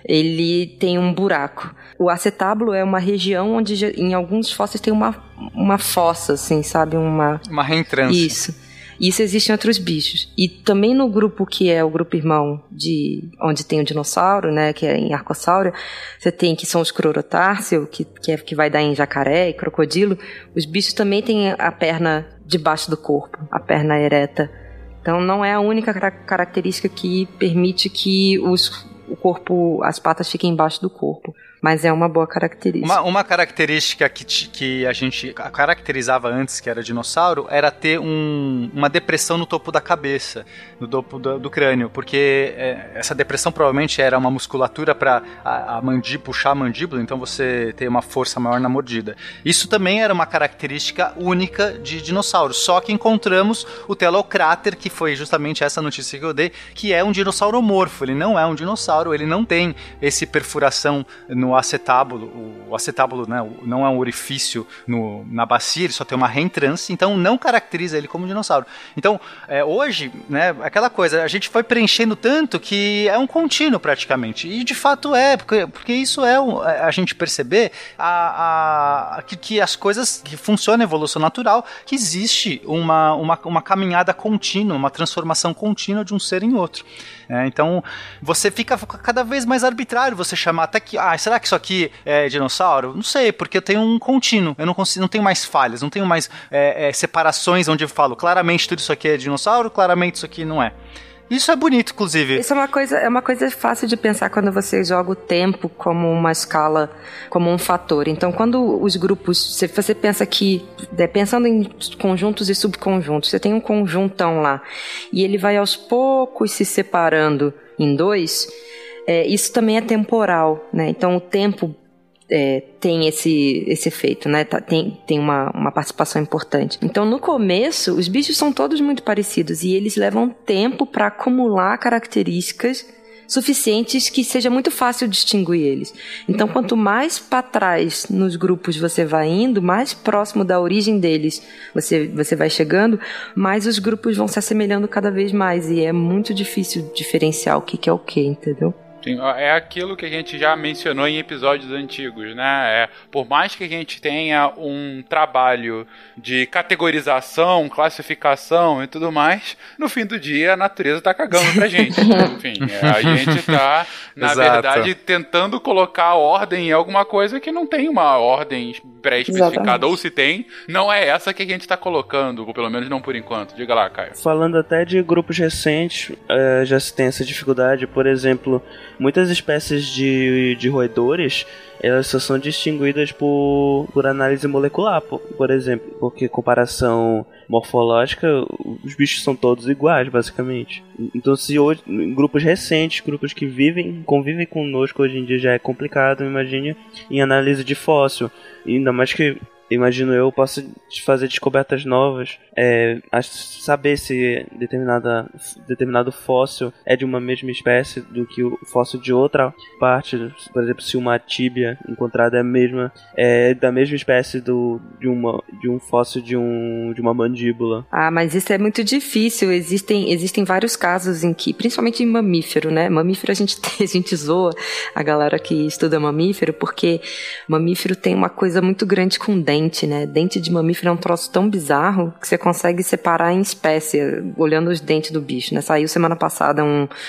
ele tem um buraco. O acetábulo é uma região onde em alguns fósseis tem uma fossa, assim, sabe? Uma reentrância. Isso existe em outros bichos. E também no grupo que é o grupo irmão de onde tem o dinossauro, né, que é em Arcosáurea, você tem que são os Chlorotárceo, que vai dar em jacaré e crocodilo. Os bichos também têm a perna debaixo do corpo, a perna ereta. Então não é a única característica que permite que o corpo, as patas fiquem embaixo do corpo. Mas é uma boa característica. Uma característica que a gente caracterizava antes, que era dinossauro, era ter uma depressão no topo da cabeça, no topo do crânio, porque essa depressão provavelmente era uma musculatura para puxar a mandíbula, então você tem uma força maior na mordida. Isso também era uma característica única de dinossauro, só que encontramos o Telocrater, que foi justamente essa notícia que eu dei, que é um dinossauromorfo, ele não é um dinossauro, ele não tem esse perfuração no acetábulo, o acetábulo, né, não é um orifício na bacia, ele só tem uma reentrância, então não caracteriza ele como dinossauro. Então, hoje, né, aquela coisa, a gente foi preenchendo tanto que é um contínuo praticamente, e de fato porque isso a gente perceber que as coisas que funcionam a evolução natural, que existe uma caminhada contínua, uma transformação contínua de um ser em outro. Então, você fica cada vez mais arbitrário você chamar até que, será que isso aqui é dinossauro? Não sei, porque eu tenho um contínuo, eu não tenho mais falhas, não tenho mais separações onde eu falo, claramente tudo isso aqui é dinossauro, claramente isso aqui não é. Isso é bonito, inclusive. Isso é uma coisa fácil de pensar quando você joga o tempo como uma escala, como um fator. Então, quando os grupos, você pensa que, pensando em conjuntos e subconjuntos, você tem um conjuntão lá, e ele vai aos poucos se separando em dois, isso também é temporal, né? Então, o tempo tem esse efeito, né? Tem uma participação importante. Então, no começo, os bichos são todos muito parecidos e eles levam tempo para acumular características suficientes que seja muito fácil distinguir eles. Então, quanto mais para trás nos grupos você vai indo, mais próximo da origem deles você vai chegando, mais os grupos vão se assemelhando cada vez mais. E é muito difícil diferenciar o que é o que, entendeu? Sim, é aquilo que a gente já mencionou em episódios antigos, né? Por mais que a gente tenha um trabalho de categorização, classificação e tudo mais, no fim do dia a natureza tá cagando pra gente. Enfim, a gente tá, na verdade, tentando colocar ordem em alguma coisa que não tem uma ordem pré-especificada. Ou se tem, não é essa que a gente tá colocando, ou pelo menos não por enquanto. Diga lá, Caio. Falando até de grupos recentes, já se tem essa dificuldade. Por exemplo, muitas espécies de roedores, elas só são distinguidas por análise molecular, por exemplo, porque comparação morfológica, os bichos são todos iguais, basicamente. Então, se hoje, em grupos recentes, grupos que convivem conosco hoje em dia, já é complicado, imagine em análise de fóssil. E ainda mais que, imagino eu, posso fazer descobertas novas, saber se determinado fóssil é de uma mesma espécie do que o fóssil de outra parte. Por exemplo, se uma tíbia encontrada é da mesma espécie de um fóssil de uma mandíbula. Ah, mas isso é muito difícil. Existem vários casos em que, principalmente em mamífero, né? Mamífero a gente zoa a galera que estuda mamífero, porque mamífero tem uma coisa muito grande com dente, né? Dente de mamífero é um troço tão bizarro que você consegue separar em espécie, olhando os dentes do bicho, né? Saiu semana passada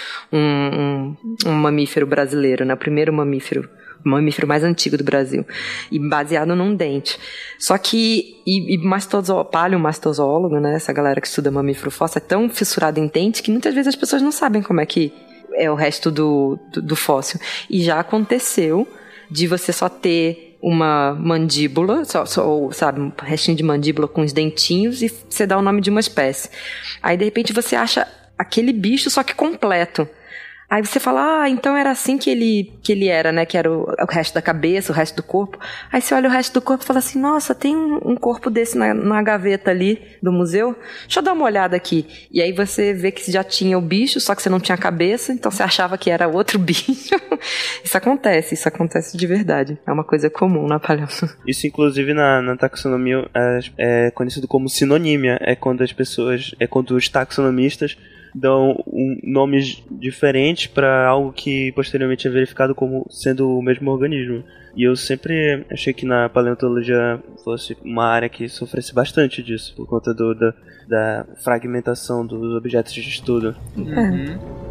um mamífero brasileiro, né? O primeiro mamífero mais antigo do Brasil, e baseado num dente. Só que, paleomastozoólogo, né? Essa galera que estuda mamífero fóssil é tão fissurada em dente que muitas vezes as pessoas não sabem como é que é o resto do fóssil. E já aconteceu de você só ter uma mandíbula, sabe, um restinho de mandíbula com os dentinhos, e você dá o nome de uma espécie. Aí, de repente, você acha aquele bicho, só que completo. Aí você fala, então era assim que ele era, né? Que era o resto da cabeça, o resto do corpo. Aí você olha o resto do corpo e fala assim, nossa, tem um corpo desse na gaveta ali do museu. Deixa eu dar uma olhada aqui. E aí você vê que já tinha o bicho, só que você não tinha a cabeça, então você achava que era outro bicho. Isso acontece de verdade. É uma coisa comum na paleontologia. Isso, inclusive, na taxonomia é conhecido como sinonímia. É quando os taxonomistas dão nomes diferentes para algo que posteriormente é verificado como sendo o mesmo organismo. E eu sempre achei que na paleontologia fosse uma área que sofresse bastante disso, por conta da fragmentação dos objetos de estudo. Uhum.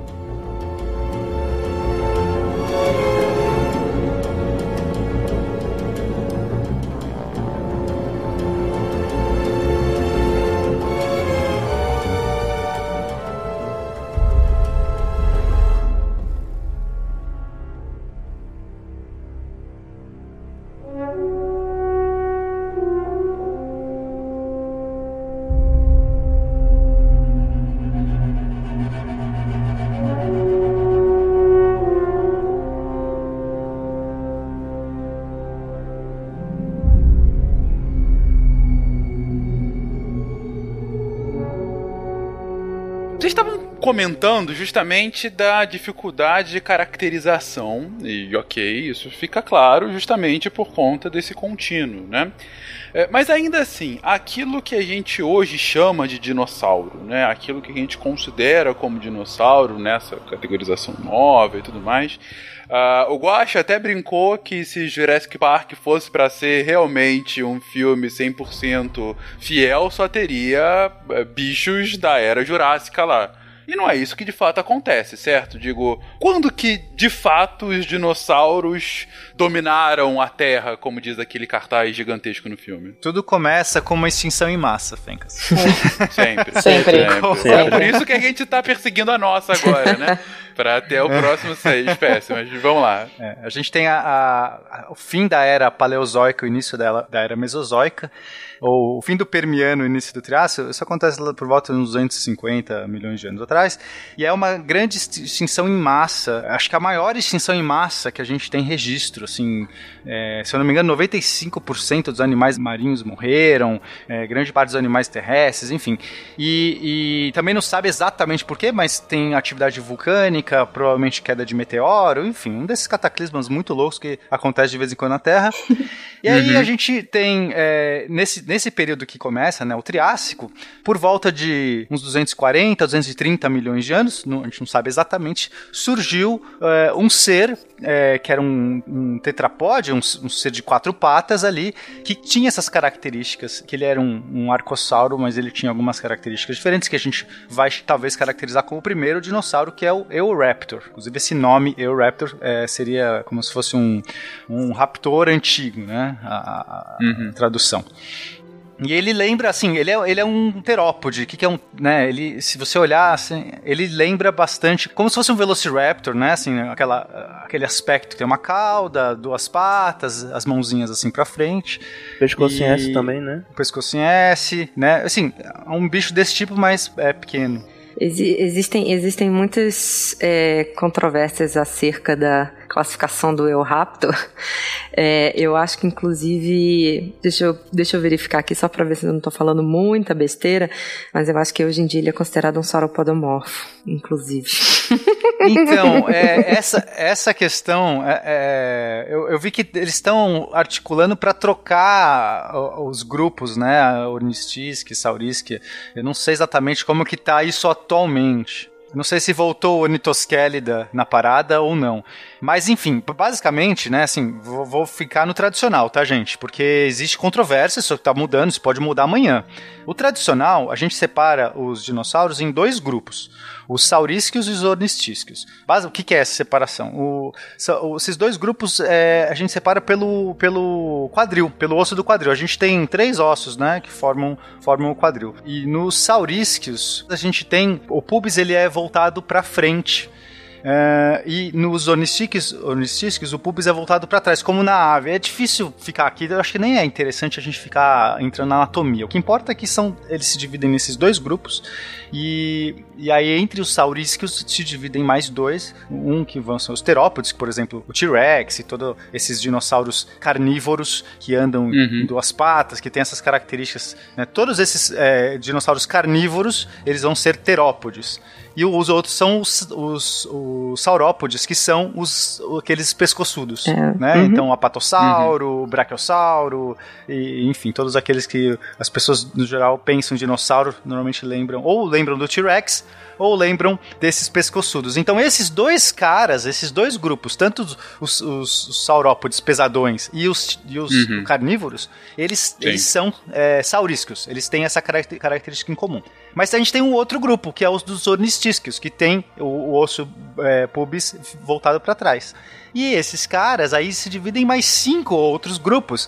Vocês estavam comentando justamente da dificuldade de caracterização, e ok, isso fica claro justamente por conta desse contínuo, né? Mas ainda assim, aquilo que a gente hoje chama de dinossauro, né? Aquilo que a gente considera como dinossauro nessa categorização nova e tudo mais, o Guaxa até brincou que se Jurassic Park fosse para ser realmente um filme 100% fiel, só teria bichos da era jurássica lá. E não é isso que de fato acontece, certo? Digo, quando que de fato os dinossauros dominaram a Terra, como diz aquele cartaz gigantesco no filme? Tudo começa com uma extinção em massa, Fencas. Sempre. É por isso que a gente tá perseguindo a nossa agora, né? Pra até o próximo espécie, mas vamos lá. A gente tem o fim da era paleozoica, o início da era mesozoica. ou o fim do Permiano e início do Triássico, isso acontece lá por volta de uns 250 milhões de anos atrás, e é uma grande extinção em massa, acho que a maior extinção em massa que a gente tem registro, assim, se eu não me engano, 95% dos animais marinhos morreram, grande parte dos animais terrestres, enfim, e também não sabe exatamente por quê, mas tem atividade vulcânica, provavelmente queda de meteoro, enfim, um desses cataclismos muito loucos que acontece de vez em quando na Terra. E aí a gente tem, nesse período que começa, né, o Triássico, por volta de uns 240, 230 milhões de anos, a gente não sabe exatamente, surgiu um ser, que era um tetrapode, um ser de 4 patas ali, que tinha essas características, que ele era um arcossauro, mas ele tinha algumas características diferentes, que a gente vai talvez caracterizar como o primeiro dinossauro, que é o Eoraptor. Inclusive esse nome, Eoraptor, seria como se fosse um raptor antigo, né? A tradução. E ele lembra, assim, ele é um terópode, que é um, né, se você olhar, assim, ele lembra bastante, como se fosse um Velociraptor, né, assim, aquele aspecto que tem uma cauda, 2 patas, as mãozinhas assim pra frente. Pescoço em S também, né? Pescoço em S, né, assim, é um bicho desse tipo, mas é pequeno. Existem muitas controvérsias acerca da classificação do Eoraptor. Eu acho que, inclusive, deixa eu verificar aqui só para ver se eu não estou falando muita besteira, mas eu acho que hoje em dia ele é considerado um sauropodomorfo, inclusive. Então, essa questão, eu vi que eles estão articulando para trocar os grupos, né, Ornistisque, Saurisque. Eu não sei exatamente como que tá isso atualmente. Não sei se voltou o Ornithoschelida na parada ou não. Mas, enfim, basicamente, né, assim, vou ficar no tradicional, tá, gente? Porque existe controvérsia, isso tá mudando, isso pode mudar amanhã. O tradicional, a gente separa os dinossauros em 2 grupos. Os saurísquios e os ornistísquios. O que é essa separação? Esses 2 grupos a gente separa pelo quadril, pelo osso do quadril. A gente tem 3 ossos, né, que formam o quadril. E nos saurísquios, a gente tem... O pubis, ele é voltado para frente. E nos ornistísquios, o pubis é voltado para trás, como na ave. É difícil ficar aqui, eu acho que nem é interessante a gente ficar entrando na anatomia. O que importa é que eles se dividem nesses 2 grupos, e aí entre os saurísquios se dividem mais 2, que vão ser os terópodes, por exemplo, o T-Rex e todos esses dinossauros carnívoros que andam em 2 patas, que tem essas características, né? Todos esses dinossauros carnívoros, eles vão ser terópodes. E os outros são os saurópodes, que são aqueles pescoçudos, né? Então, o apatossauro, o brachiosauro, e, enfim, todos aqueles que as pessoas, no geral, pensam em dinossauro, normalmente lembram do T-Rex, ou lembram desses pescoçudos. Então, esses 2 caras, esses 2 grupos, tanto os saurópodes pesadões e os carnívoros, eles são saurísquios, eles têm essa característica em comum. Mas a gente tem um outro grupo, que é os dos ornistísquios, que tem o osso pubis voltado para trás. E esses caras aí se dividem em mais 5 outros grupos.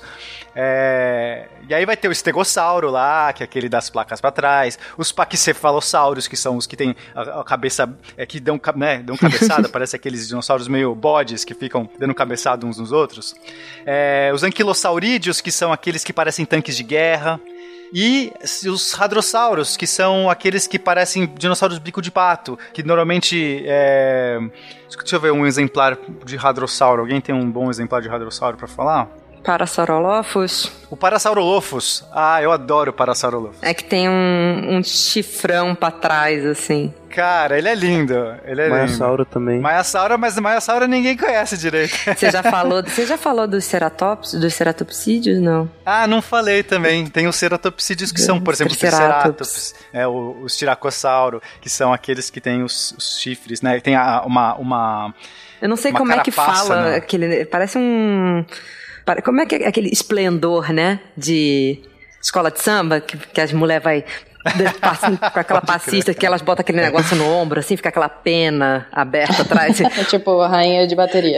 E aí vai ter o estegossauro lá, que é aquele das placas para trás, os paquicefalossauros, que são os que tem a cabeça, que dão cabeçada, parece aqueles dinossauros meio bodes, que ficam dando cabeçada uns nos outros. Os anquilosaurídeos, que são aqueles que parecem tanques de guerra. E os hadrossauros, que são aqueles que parecem dinossauros bico de pato, que normalmente Deixa eu ver um exemplar de hadrossauro. Alguém tem um bom exemplar de hadrossauro pra falar? Parasaurolophus. O Parasaurolophus. Ah, eu adoro o Parasaurolophus. É que tem um chifrão pra trás, assim. Cara, ele é lindo. Maiasauro também. Maiasauro, mas Maiasauro ninguém conhece direito. Você já falou dos ceratopsídeos, não? Ah, não falei também. Tem os ceratopsídeos que são, por exemplo, o Triceratops, os Tiracossauro, que são aqueles que têm os chifres, né? Tem uma eu não sei como é que fala, né? Aquele, parece um... Como é que é aquele esplendor, né? De escola de samba, que as mulheres vai com aquela passista, que elas botam aquele negócio no ombro, assim, fica aquela pena aberta atrás. É tipo a rainha de bateria.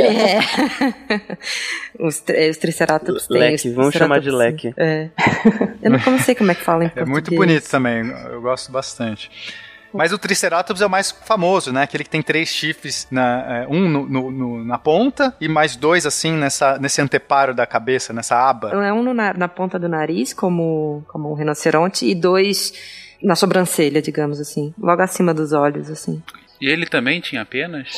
Os Triceratops têm. Leque, vamos chamar de leque. Eu não sei como é que fala em português. É muito bonito também, eu gosto bastante. Mas o Triceratops é o mais famoso, né? Aquele que tem 3 chifres, na ponta e mais 2 assim nesse anteparo da cabeça, nessa aba. É um na ponta do nariz, como um rinoceronte, e 2 na sobrancelha, digamos assim. Logo acima dos olhos, assim. E ele também tinha penas?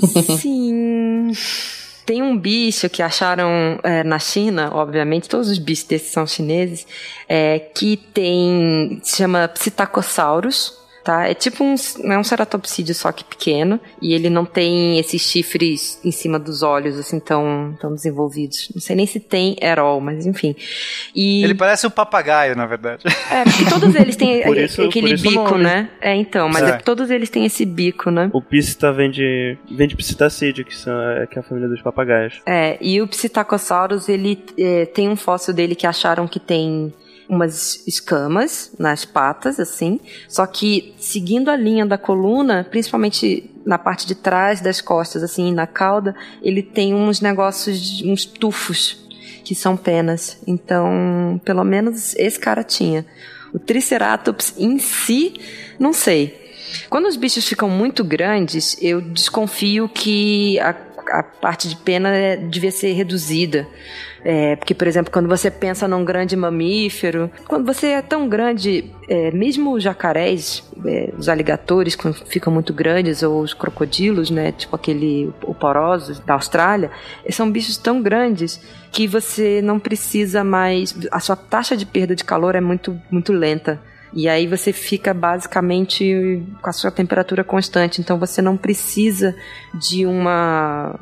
Sim. Tem um bicho que acharam na China, obviamente, todos os bichos desses são chineses, que se chama Psittacosaurus, tá? É tipo é um ceratopsídeo, só que pequeno, e ele não tem esses chifres em cima dos olhos, assim, tão desenvolvidos. Não sei nem se tem at all, mas enfim. Ele parece um papagaio, na verdade. Porque todos eles têm aquele bico, nome. né? Então, mas é que todos eles têm esse bico, né? O Psitta vem de Psittacídeo, que é a família dos papagaios. E o Psittacosaurus, ele tem um fóssil dele que acharam que tem umas escamas nas patas, assim, só que seguindo a linha da coluna, principalmente na parte de trás das costas, assim, na cauda, ele tem uns negócios, uns tufos, que são penas. Então, pelo menos esse cara tinha. O Triceratops em si, não sei. Quando os bichos ficam muito grandes, eu desconfio que a parte de pena devia ser reduzida. Porque, por exemplo, quando você pensa num grande mamífero, quando você é tão grande, mesmo os jacarés, os aligatores, quando ficam muito grandes, ou os crocodilos, né, tipo o poroso da Austrália, são bichos tão grandes que você não precisa mais... A sua taxa de perda de calor é muito, muito lenta. E aí você fica basicamente com a sua temperatura constante. Então você não precisa de uma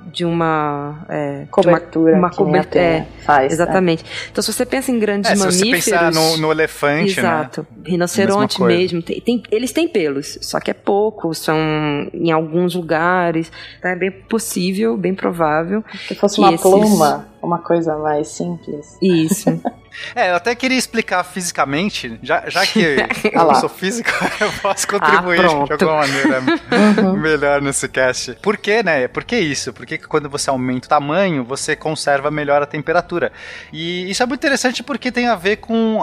cobertura. Uma cobertura. Faz. Exatamente. Então se você pensa em grandes mamíferos... Se você pensar no elefante, exato, né? Rinoceronte mesmo. Eles têm pelos, só que é pouco. São em alguns lugares. Então é bem possível, bem provável. Se fosse uma pluma, uma coisa mais simples. Isso. Eu até queria explicar fisicamente, já que eu sou físico, eu posso contribuir de alguma maneira melhor nesse cast. Por quê, né? Por que isso? Porque quando você aumenta o tamanho, você conserva melhor a temperatura. E isso é muito interessante porque tem a ver com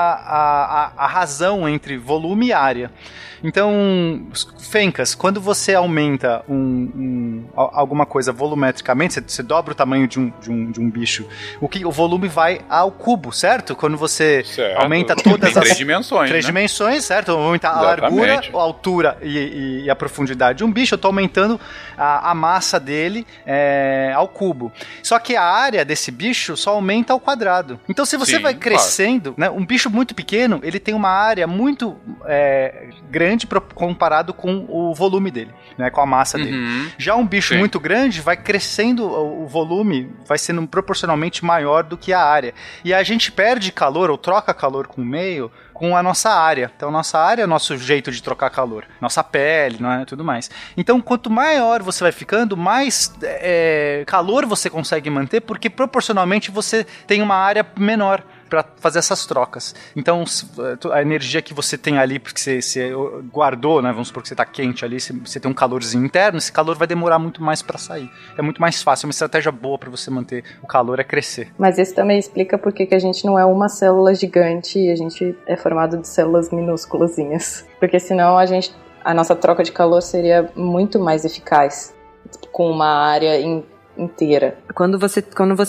a razão entre volume e área. Então, Fencas, quando você aumenta alguma coisa volumetricamente, você dobra o tamanho de um bicho, o volume vai ao cubo, certo? Quando você aumenta todas as 3 dimensões, 3 dimensões, certo? Aumenta a largura, a altura e a profundidade de um bicho, eu estou aumentando a massa dele ao cubo. Só que a área desse bicho só aumenta ao quadrado. Então, se você vai crescendo, né, um bicho muito pequeno, ele tem uma área muito grande comparado com o volume dele, né, com a massa dele. Já um bicho muito grande vai crescendo, o volume vai sendo proporcionalmente maior do que a área. E a gente perde calor ou troca calor com o meio com a nossa área. Então, nossa área é o nosso jeito de trocar calor. Nossa pele, não é? Tudo mais. Então, quanto maior você vai ficando, mais calor você consegue manter, porque proporcionalmente você tem uma área menor para fazer essas trocas. Então, a energia que você tem ali, porque você guardou, né? Vamos supor que você está quente ali, você tem um calorzinho interno, esse calor vai demorar muito mais para sair. É muito mais fácil, uma estratégia boa para você manter o calor é crescer. Mas isso também explica por que a gente não é uma célula gigante e a gente é formado de células minúsculazinhas. Porque senão a nossa troca de calor seria muito mais eficaz, com uma área inteira. Quando você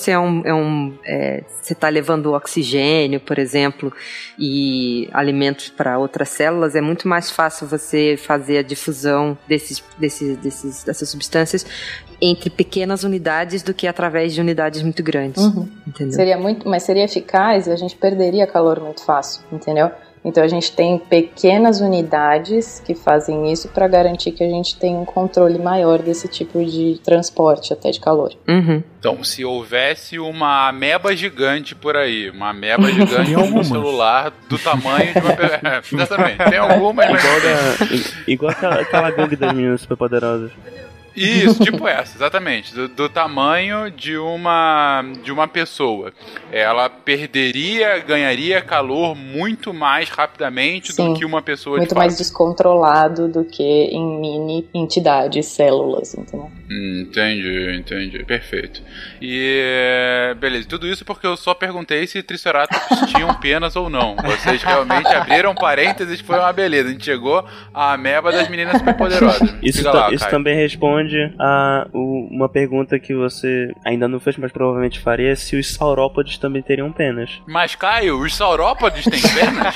você está levando oxigênio, por exemplo, e alimentos para outras células, é muito mais fácil você fazer a difusão dessas substâncias entre pequenas unidades do que através de unidades muito grandes. Entendeu? Mas seria eficaz e a gente perderia calor muito fácil, entendeu? Então a gente tem pequenas unidades que fazem isso para garantir que a gente tem um controle maior desse tipo de transporte até de calor. Então, se houvesse uma ameba gigante por aí, uma ameba gigante no celular do tamanho de uma pessoa. Exatamente, tem algumas, igual aquela gangue das meninas superpoderosas. Isso, tipo essa, exatamente. Do tamanho de uma pessoa. Ela ganharia calor muito mais rapidamente do que uma pessoa muito de mais fato. descontrolado do que em mini entidades, células, entendeu? Entendi. Perfeito. E beleza, tudo isso porque eu só perguntei se Triceratops tinham penas ou não. Vocês realmente abriram parênteses, foi uma beleza. A gente chegou à ameba das meninas superpoderosas. Isso também responde a uma pergunta que você ainda não fez, mas provavelmente faria, se os saurópodes também teriam penas. Mas, Caio, os saurópodes têm penas?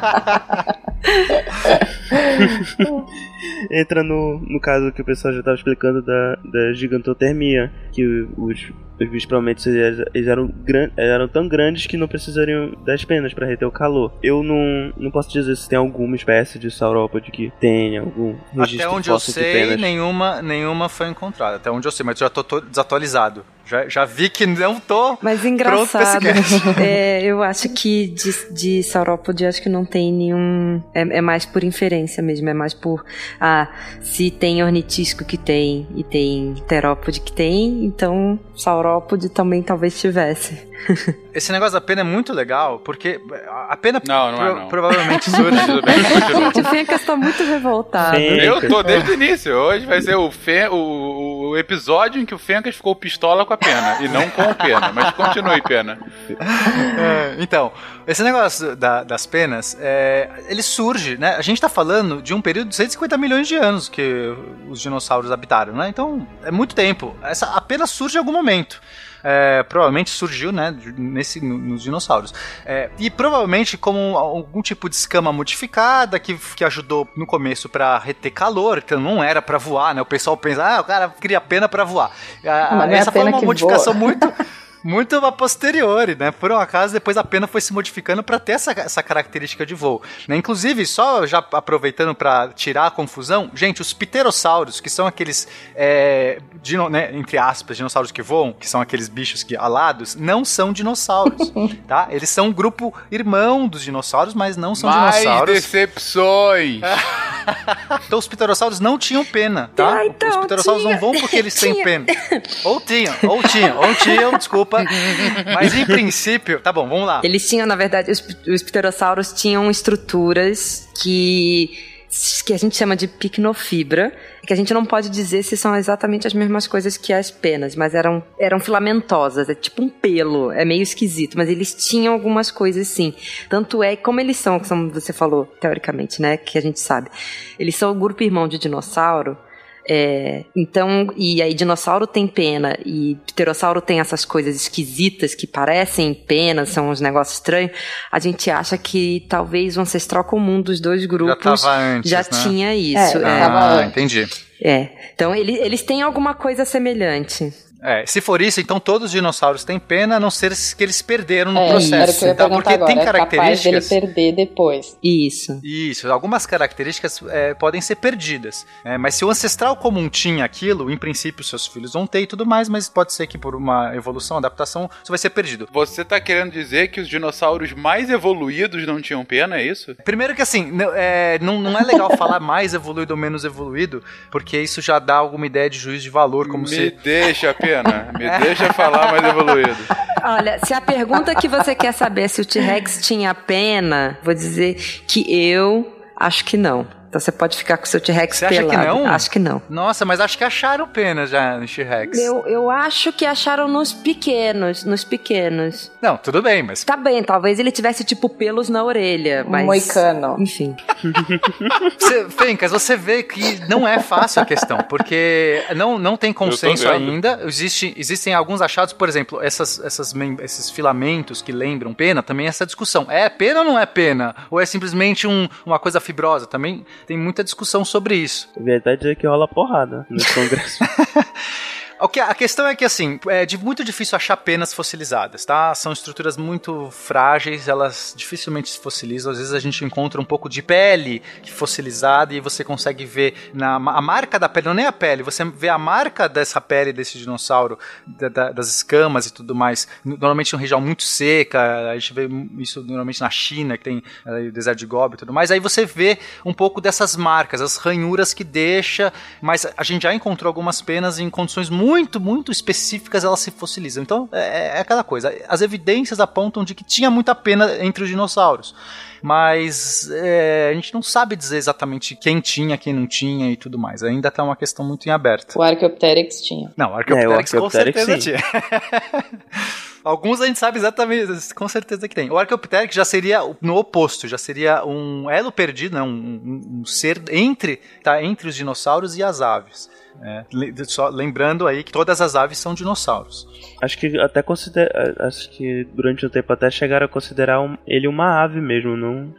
Entra no caso que o pessoal já estava explicando da gigantotermia, que os bichos provavelmente eles eram tão grandes que não precisariam das penas para reter o calor. Eu não posso dizer se tem alguma espécie de saurópode que tenha algum registro. Até onde eu sei, nenhuma foi encontrada. Até onde eu sei, mas já tô desatualizado. Já vi que não tô. Mas engraçado. Eu acho que de saurópode acho que não tem nenhum. É mais por inferência mesmo. É mais por. Se tem ornitisco que tem e tem terópode que tem, então saurópode também talvez tivesse. Esse negócio da pena é muito legal, porque a pena não. provavelmente surge. Gente, o Fencas tá muito revoltado. Eu tô desde o início. Hoje vai ser o episódio em que o Fencas ficou pistola com a pena, e não com o pena, mas continue, pena. Então, esse negócio das penas, ele surge, né? A gente tá falando de um período de 150 milhões de anos que os dinossauros habitaram, né? Então, é muito tempo. A pena surge em algum momento. Provavelmente surgiu, né, nos dinossauros. E provavelmente como algum tipo de escama modificada que ajudou no começo para reter calor, então não era para voar, né? O pessoal pensa, o cara cria pena para voar. Essa foi uma modificação muito a posteriori, né? Por um acaso, depois a pena foi se modificando para ter essa característica de voo, né? Inclusive, só já aproveitando para tirar a confusão, gente, os pterossauros, que são aqueles, né, entre aspas, dinossauros que voam, que são aqueles bichos alados, não são dinossauros, tá? Eles são um grupo irmão dos dinossauros, mas não são dinossauros. Mais decepções! Então, os pterossauros não tinham pena, tá? Os pterossauros não voam porque eles têm pena. Ou tinham, desculpa. Mas em princípio, tá bom, vamos lá. Eles tinham, na verdade, os pterossauros tinham estruturas que a gente chama de picnofibra, que a gente não pode dizer se são exatamente as mesmas coisas que as penas, mas eram filamentosas, é tipo um pelo, é meio esquisito, mas eles tinham algumas coisas sim. Tanto é, como eles são, como você falou, teoricamente, né, que a gente sabe, eles são o grupo irmão de dinossauro. Então, e aí dinossauro tem pena e pterossauro tem essas coisas esquisitas que parecem penas, são uns negócios estranhos. A gente acha que talvez o ancestral comum dos dois grupos já tinha isso. Entendi. Então eles têm alguma coisa semelhante. Se for isso, então todos os dinossauros têm pena, a não ser que eles perderam no processo. Era o que eu ia porque agora, tem características. É capaz dele perder depois. Isso. Algumas características podem ser perdidas. Mas se o ancestral comum tinha aquilo, em princípio seus filhos vão ter e tudo mais, mas pode ser que por uma evolução, adaptação, isso vai ser perdido. Você tá querendo dizer que os dinossauros mais evoluídos não tinham pena, é isso? Primeiro que assim, não é legal falar mais evoluído ou menos evoluído, porque isso já dá alguma ideia de juízo de valor, como se... Deixa me deixa falar mais evoluído. Olha, se a pergunta que você quer saber é se o T-Rex tinha pena, vou dizer que eu acho que não. Então você pode ficar com o seu T-Rex pelado. Você acha que não? Acho que não. Nossa, mas acho que acharam pena já no T-Rex. Eu acho que acharam nos pequenos. Não, tudo bem, mas... Tá bem, talvez ele tivesse tipo pelos na orelha, mas... Moicano. Enfim. Fencas, você vê que não é fácil a questão, porque não tem consenso ainda. Existem alguns achados, por exemplo, esses filamentos que lembram pena, também essa discussão. É pena ou não é pena? Ou é simplesmente uma coisa fibrosa? Também tem muita discussão sobre isso. A verdade é que rola porrada no Congresso. A questão é que, assim, é muito difícil achar penas fossilizadas, tá? São estruturas muito frágeis, elas dificilmente se fossilizam. Às vezes a gente encontra um pouco de pele fossilizada e você consegue ver a marca da pele, não nem a pele, você vê a marca dessa pele desse dinossauro, das escamas e tudo mais, normalmente em uma região muito seca. A gente vê isso normalmente na China, que tem o deserto de Gobi e tudo mais. Aí você vê um pouco dessas marcas, as ranhuras que deixa, mas a gente já encontrou algumas penas em condições muito, muito específicas, elas se fossilizam. Então, é aquela coisa. As evidências apontam de que tinha muita pena entre os dinossauros. Mas a gente não sabe dizer exatamente quem tinha, quem não tinha e tudo mais. Ainda está uma questão muito em aberto. O Archaeopteryx tinha. Não, o Archaeopteryx com certeza tinha. Alguns a gente sabe exatamente, com certeza que tem. O Archaeopteryx já seria no oposto, já seria um elo perdido, né? um ser entre os dinossauros e as aves. Só lembrando aí que todas as aves são dinossauros. Acho que durante um tempo até chegaram a considerar ele uma ave mesmo, não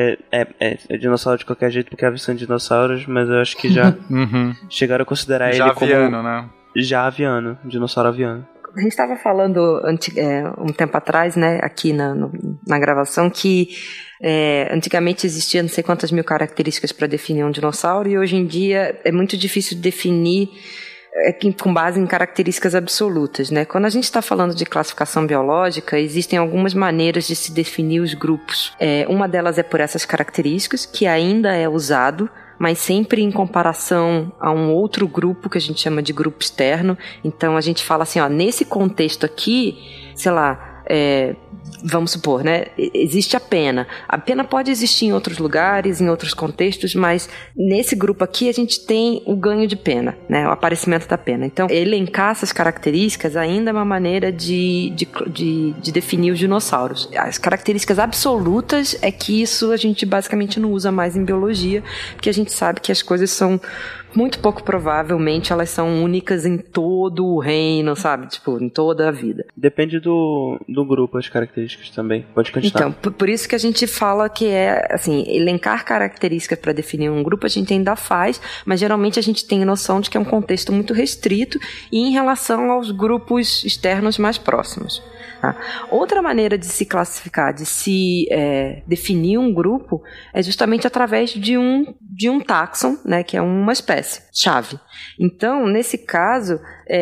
é dinossauro de qualquer jeito porque aves são dinossauros, mas eu acho que já chegaram a considerar já ele aviano, como né? Já aviano, dinossauro aviano. A gente estava falando um tempo atrás, né, aqui na gravação, que antigamente existia não sei quantas mil características para definir um dinossauro, e hoje em dia é muito difícil definir com base em características absolutas, né? Quando a gente está falando de classificação biológica, existem algumas maneiras de se definir os grupos. Uma delas é por essas características, que ainda é usado, mas sempre em comparação a um outro grupo que a gente chama de grupo externo. Então a gente fala assim, nesse contexto aqui, sei lá, vamos supor, né, existe a pena. A pena pode existir em outros lugares, em outros contextos, mas nesse grupo aqui a gente tem o ganho de pena, né, o aparecimento da pena. Então, elencar essas características ainda é uma maneira de definir os dinossauros. As características absolutas é que isso a gente basicamente não usa mais em biologia, porque a gente sabe que as coisas são muito pouco provavelmente elas são únicas em todo o reino, sabe? Tipo, em toda a vida. Depende do grupo, as características também. Pode continuar. Então, por isso que a gente fala que assim, elencar características para definir um grupo a gente ainda faz, mas geralmente a gente tem noção de que é um contexto muito restrito e em relação aos grupos externos mais próximos. Tá? Outra maneira de se classificar, de se definir um grupo, é justamente através de um táxon, né, que é uma espécie-chave. Então, nesse caso,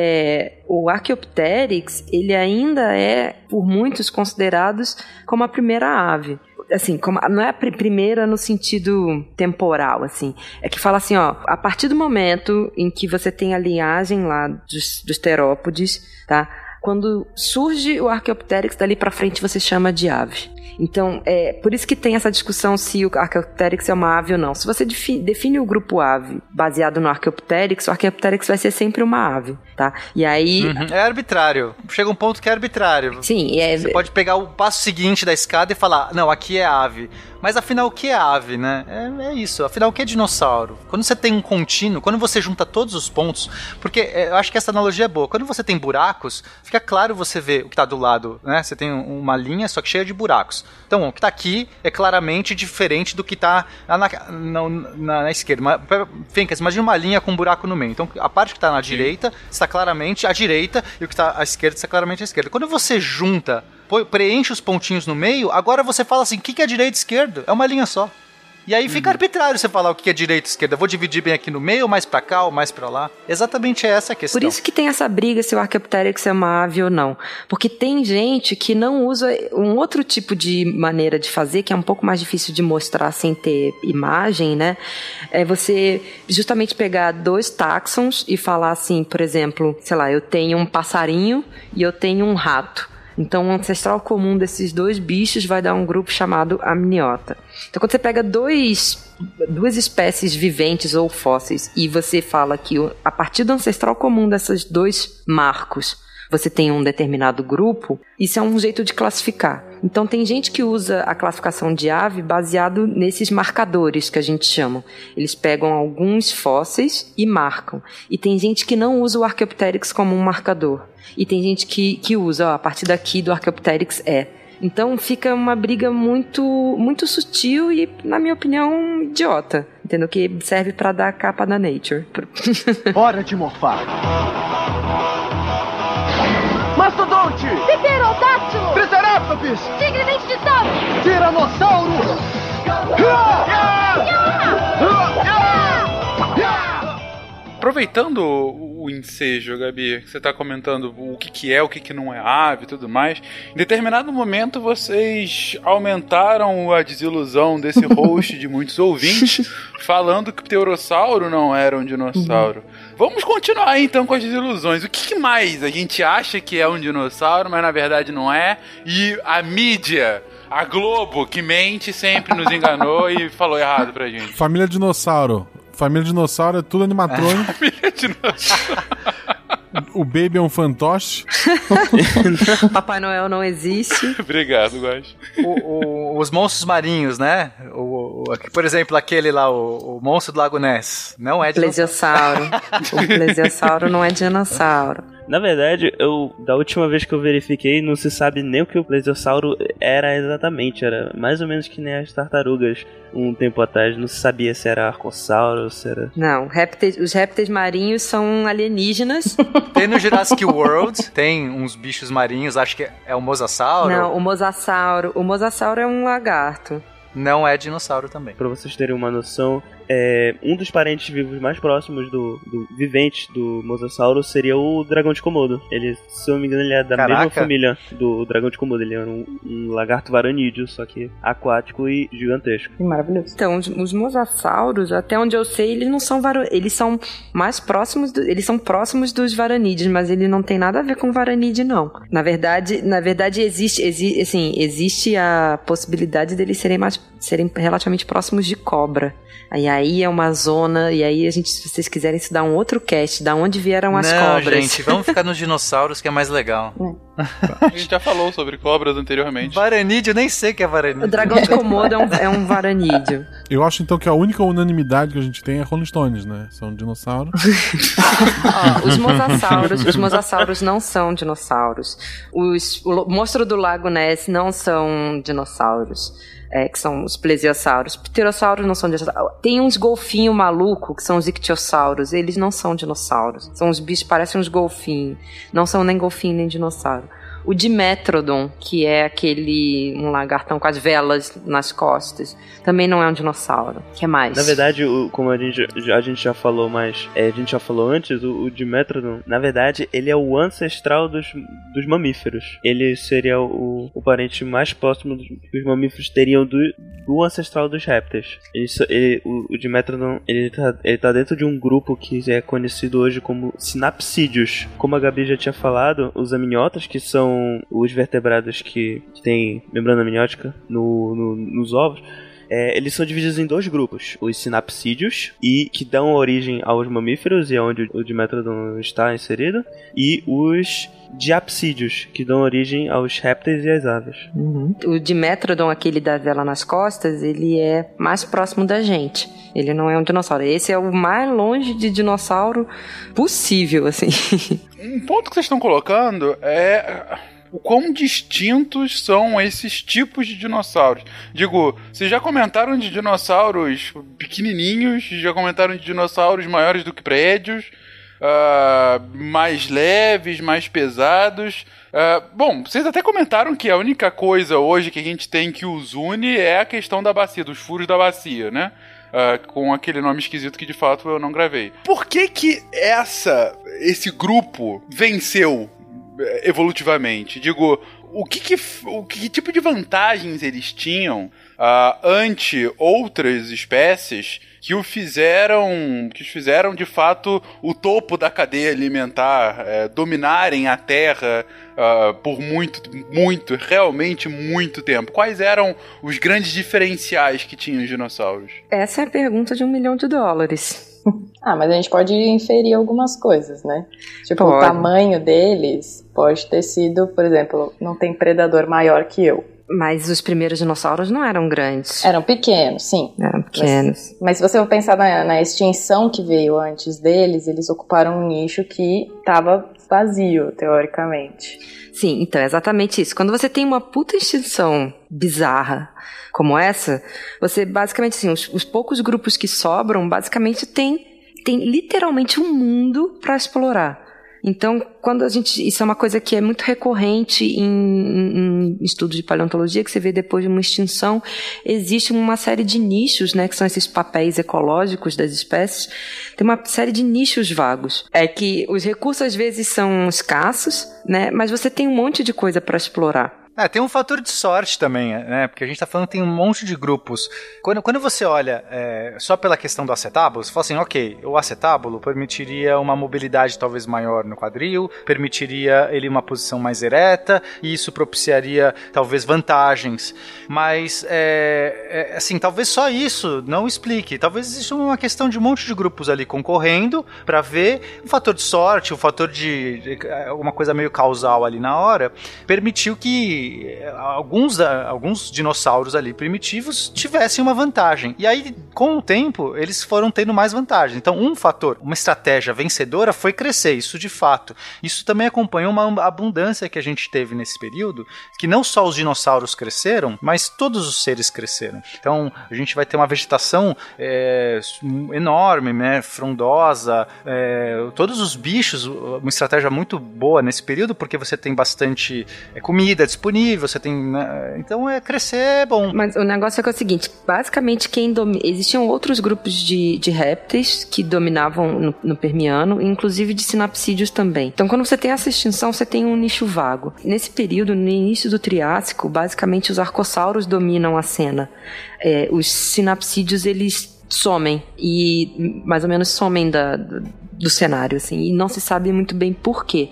o Archaeopteryx, ele ainda é, por muitos, considerados como a primeira ave. Assim, não é a primeira no sentido temporal, assim. É que fala assim, a partir do momento em que você tem a linhagem lá dos terópodes, tá? Quando surge o Archaeopteryx, dali pra frente você chama de ave. Então, por isso que tem essa discussão se o Archaeopteryx é uma ave ou não. Se você define o grupo ave baseado no Archaeopteryx, o Archaeopteryx vai ser sempre uma ave, tá? E aí... É arbitrário. Chega um ponto que é arbitrário. Sim, Você pode pegar o passo seguinte da escada e falar, não, aqui é ave. Mas afinal, o que é ave, né? É isso. Afinal, o que é dinossauro? Quando você tem um contínuo, quando você junta todos os pontos, porque eu acho que essa analogia é boa. Quando você tem buracos, fica claro você ver o que está do lado, né? Você tem uma linha, só que cheia de buracos. Então, o que está aqui é claramente diferente do que está na esquerda. Fencas, imagina uma linha com um buraco no meio. Então, a parte que está na direita está claramente à direita e o que está à esquerda está claramente à esquerda. Quando você junta, preenche os pontinhos no meio, agora você fala assim, o que é direita e esquerda? É uma linha só. E aí fica arbitrário você falar o que é direita e esquerda. Eu vou dividir bem aqui no meio, ou mais pra cá, ou mais pra lá. Exatamente essa a questão. Por isso que tem essa briga se o Archaeopteryx é uma ave ou não. Porque tem gente que não usa um outro tipo de maneira de fazer, que é um pouco mais difícil de mostrar sem ter imagem, né? É você justamente pegar dois táxons e falar assim, por exemplo, sei lá, eu tenho um passarinho e eu tenho um rato. Então, o ancestral comum desses dois bichos vai dar um grupo chamado amniota. Então, quando você pega duas espécies viventes ou fósseis e você fala que a partir do ancestral comum desses dois marcos você tem um determinado grupo, isso é um jeito de classificar. Então tem gente que usa a classificação de ave baseado nesses marcadores que a gente chama. Eles pegam alguns fósseis e marcam. E tem gente que não usa o Archaeopteryx como um marcador. E tem gente que usa, a partir daqui do Archaeopteryx Então fica uma briga muito, muito sutil e, na minha opinião, idiota, Entendeu? Que serve pra dar a capa da Nature. Hora de mofar. Mastodonte! Pterodáctilo! Triceratops! Tigre dente de sabre! Tiranossauro! Aproveitando o ensejo, Gabi, que você está comentando o que é, o que não é ave e tudo mais, em determinado momento vocês aumentaram a desilusão desse host de muitos ouvintes, falando que o pterossauro não era um dinossauro. Vamos continuar então com as desilusões. O que mais a gente acha que é um dinossauro, mas na verdade não é, e a mídia... A Globo, que mente, sempre nos enganou e falou errado pra gente. Família Dinossauro. Família Dinossauro é tudo animatrônico. Família Dinossauro. O Baby é um fantoche. Papai Noel não existe. Obrigado, Guax. Os monstros marinhos, né? Por exemplo, aquele lá, o monstro do Lago Ness. Não é dinossauro. O plesiosauro não é dinossauro. Na verdade, da última vez que eu verifiquei, não se sabe nem o que o plesiosauro era exatamente. Era mais ou menos que nem as tartarugas um tempo atrás. Não se sabia se era arcossauro, se era... Não, os répteis marinhos são alienígenas. Tem no Jurassic World, tem uns bichos marinhos, acho que é o mosasauro. Não, o mosasauro é um lagarto. Não é dinossauro também. Pra vocês terem uma noção, um dos parentes vivos mais próximos do vivente do mosasauro seria o dragão de Komodo. Ele, se eu não me engano, ele é da mesma família do dragão de Komodo. Ele era um lagarto varanídeo, só que aquático e gigantesco. Maravilhoso. Então, os mosasauros, até onde eu sei, eles não são eles são mais próximos eles são próximos dos varanídeos, mas ele não tem nada a ver com varanídeo, não. Na verdade existe a possibilidade deles serem relativamente próximos de cobra. E aí é uma zona, e aí se vocês quiserem estudar um outro cast, da onde vieram as cobras. Não, gente, vamos ficar nos dinossauros que é mais legal. A gente já falou sobre cobras anteriormente. Varanídeo, nem sei o que é varanídeo. O dragão de Komodo é um varanídeo. Eu acho então que a única unanimidade que a gente tem é Rolling Stones, né? São dinossauros. Os mosassauros não são dinossauros. O monstro do Lago Ness não são dinossauros. Que são os plesiosauros. Pterossauros não são dinossauros. Tem uns golfinhos malucos, que são os ictiossauros. Eles não são dinossauros. São uns bichos, parecem uns golfinhos. Não são nem golfinho, nem dinossauro. O Dimetrodon, que é um lagartão com as velas nas costas, também não é um dinossauro. O que mais? Na verdade, como a gente já falou a gente já falou antes, o Dimetrodon, na verdade, ele é o ancestral dos mamíferos. Ele seria o parente mais próximo que os mamíferos teriam do ancestral dos répteis. O Dimetrodon, ele tá dentro de um grupo que é conhecido hoje como sinapsídeos. Como a Gabi já tinha falado, os amniotas, que são os vertebrados que têm membrana amniótica nos ovos, eles são divididos em dois grupos, os sinapsídeos, que dão origem aos mamíferos, e é onde o Dimetrodon está inserido, e os diapsídeos, que dão origem aos répteis e às aves. O Dimetrodon, aquele da vela nas costas, ele é mais próximo da gente. Ele não é um dinossauro. Esse é o mais longe de dinossauro possível, assim. Um ponto que vocês estão colocando é o quão distintos são esses tipos de dinossauros. Digo, vocês já comentaram de dinossauros pequenininhos, já comentaram de dinossauros maiores do que prédios, mais leves, mais pesados. Bom, vocês até comentaram que a única coisa hoje que a gente tem que os une é a questão da bacia, dos furos da bacia, né? Com aquele nome esquisito que de fato eu não gravei. Por que esse grupo venceu evolutivamente? Digo, que tipo de vantagens eles tinham ante outras espécies que os fizeram de fato o topo da cadeia alimentar, dominarem a Terra por realmente muito tempo? Quais eram os grandes diferenciais que tinham os dinossauros? Essa é a pergunta de $1 milhão. Mas a gente pode inferir algumas coisas, né? Tipo, pode. O tamanho deles pode ter sido, por exemplo, não tem predador maior que eu. Mas os primeiros dinossauros não eram grandes. Eram pequenos, sim. Eram pequenos. Mas se você for pensar na extinção que veio antes deles, eles ocuparam um nicho que estava vazio, teoricamente. Sim, então é exatamente isso. Quando você tem uma puta extinção bizarra como essa, você basicamente, assim, os poucos grupos que sobram, basicamente tem literalmente um mundo para explorar. Então, isso é uma coisa que é muito recorrente em estudos de paleontologia, que você vê depois de uma extinção, existe uma série de nichos, né, que são esses papéis ecológicos das espécies, tem uma série de nichos vagos. É que os recursos às vezes são escassos, né, mas você tem um monte de coisa para explorar. Tem um fator de sorte também, né? Porque a gente tá falando que tem um monte de grupos. Quando você olha só pela questão do acetábulo, você fala assim, ok, o acetábulo permitiria uma mobilidade talvez maior no quadril, permitiria ele uma posição mais ereta, e isso propiciaria talvez vantagens. Mas, assim, talvez só isso não explique. Talvez exista uma questão de um monte de grupos ali concorrendo para ver um fator de sorte, um fator de uma coisa meio causal ali na hora, permitiu que alguns dinossauros ali primitivos tivessem uma vantagem. E aí, com o tempo, eles foram tendo mais vantagem. Então, um fator, uma estratégia vencedora foi crescer, isso de fato. Isso também acompanhou uma abundância que a gente teve nesse período, que não só os dinossauros cresceram, mas todos os seres cresceram. Então, a gente vai ter uma vegetação enorme, né, frondosa, todos os bichos, uma estratégia muito boa nesse período, porque você tem bastante comida disponível, você tem, né? Então crescer é bom. Mas o negócio é que é o seguinte, basicamente existiam outros grupos de répteis que dominavam no Permiano, inclusive de sinapsídeos também. Então quando você tem essa extinção, você tem um nicho vago. Nesse período, no início do Triássico, basicamente os arcossauros dominam a cena. Os sinapsídeos, eles somem, e mais ou menos somem do cenário, assim, e não se sabe muito bem por quê.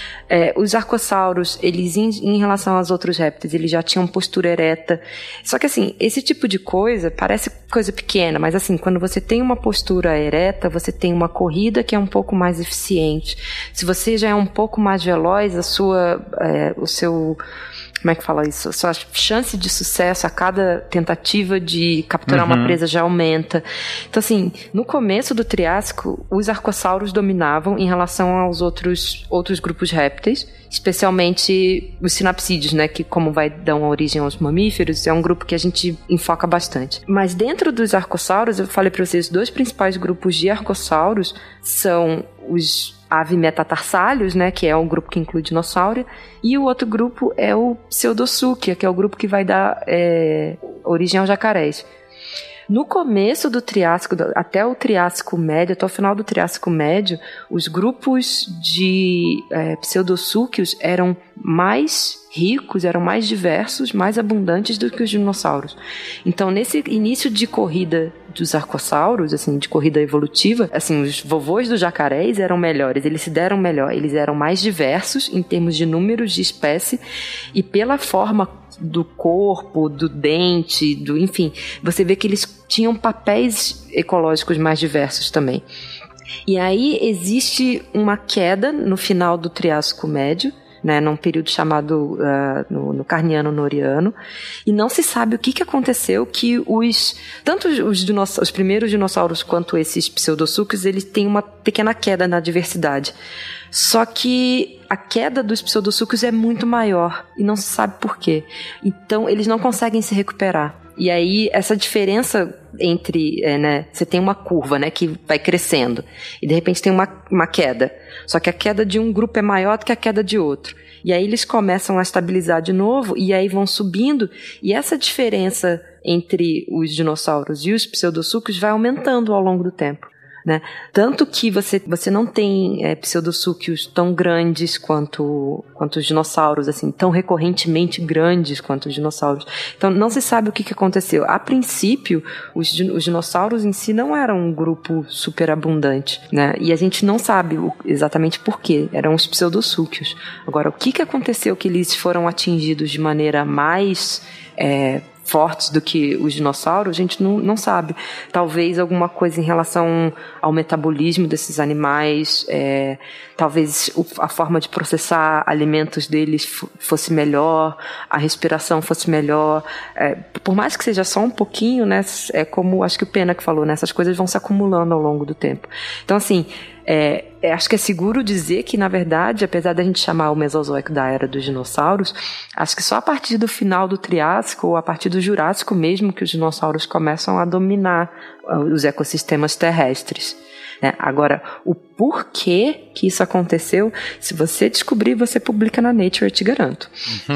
Os arcossauros, eles em relação aos outros répteis, eles já tinham postura ereta. Só que assim, esse tipo de coisa parece coisa pequena, mas assim, quando você tem uma postura ereta, você tem uma corrida que é um pouco mais eficiente. Se você já é um pouco mais veloz, o seu... Como é que fala isso? A sua chance de sucesso a cada tentativa de capturar uma presa já aumenta. Então, assim, no começo do Triássico, os arcossauros dominavam em relação aos outros grupos répteis, especialmente os sinapsídeos, né? Que, como vai dar uma origem aos mamíferos, é um grupo que a gente enfoca bastante. Mas dentro dos arcossauros, eu falei para vocês, os dois principais grupos de arcossauros são os avimetatarsálios, né, que é um grupo que inclui dinossauro, e o outro grupo é o Pseudosúquia, que é o grupo que vai dar origem aos jacarés. No começo do Triássico, até o Triássico Médio, até o final do Triássico Médio, os grupos de pseudosúquios eram mais ricos, eram mais diversos, mais abundantes do que os dinossauros. Então, nesse início de corrida dos arcossauros, assim, de corrida evolutiva, assim, os vovôs dos jacarés eram melhores, eles se deram melhor, eles eram mais diversos em termos de números de espécie e pela forma do corpo, do dente, enfim, você vê que eles tinham papéis ecológicos mais diversos também. E aí existe uma queda no final do Triássico Médio, né, num período chamado no Carniano-Noriano, e não se sabe o que aconteceu, que tanto os primeiros dinossauros quanto esses pseudosúquios, eles têm uma pequena queda na diversidade. Só que a queda dos pseudosúquios é muito maior e não se sabe por quê. Então eles não conseguem se recuperar. E aí essa diferença entre, você tem uma curva, né, que vai crescendo e de repente tem uma queda. Só que a queda de um grupo é maior do que a queda de outro. E aí eles começam a estabilizar de novo e aí vão subindo. E essa diferença entre os dinossauros e os pseudosúquios vai aumentando ao longo do tempo. Né? Tanto que você não tem pseudosúquios tão grandes quanto os dinossauros, assim, tão recorrentemente grandes quanto os dinossauros. Então não se sabe o que aconteceu. A princípio, os dinossauros em si não eram um grupo super abundante, né? E a gente não sabe exatamente por quê. Eram os pseudosúquios. Agora, o que aconteceu que eles foram atingidos de maneira mais fortes do que os dinossauros, a gente não sabe. Talvez alguma coisa em relação ao metabolismo desses animais, talvez a forma de processar alimentos deles fosse melhor, a respiração fosse melhor. Por mais que seja só um pouquinho, né, é como acho que o Pena que falou, né, essas coisas vão se acumulando ao longo do tempo. Então, assim, Acho que é seguro dizer que, na verdade, apesar da gente chamar o Mesozoico da era dos dinossauros, acho que só a partir do final do Triássico ou a partir do Jurássico mesmo que os dinossauros começam a dominar os ecossistemas terrestres. Agora, o porquê que isso aconteceu, se você descobrir, você publica na Nature, eu te garanto.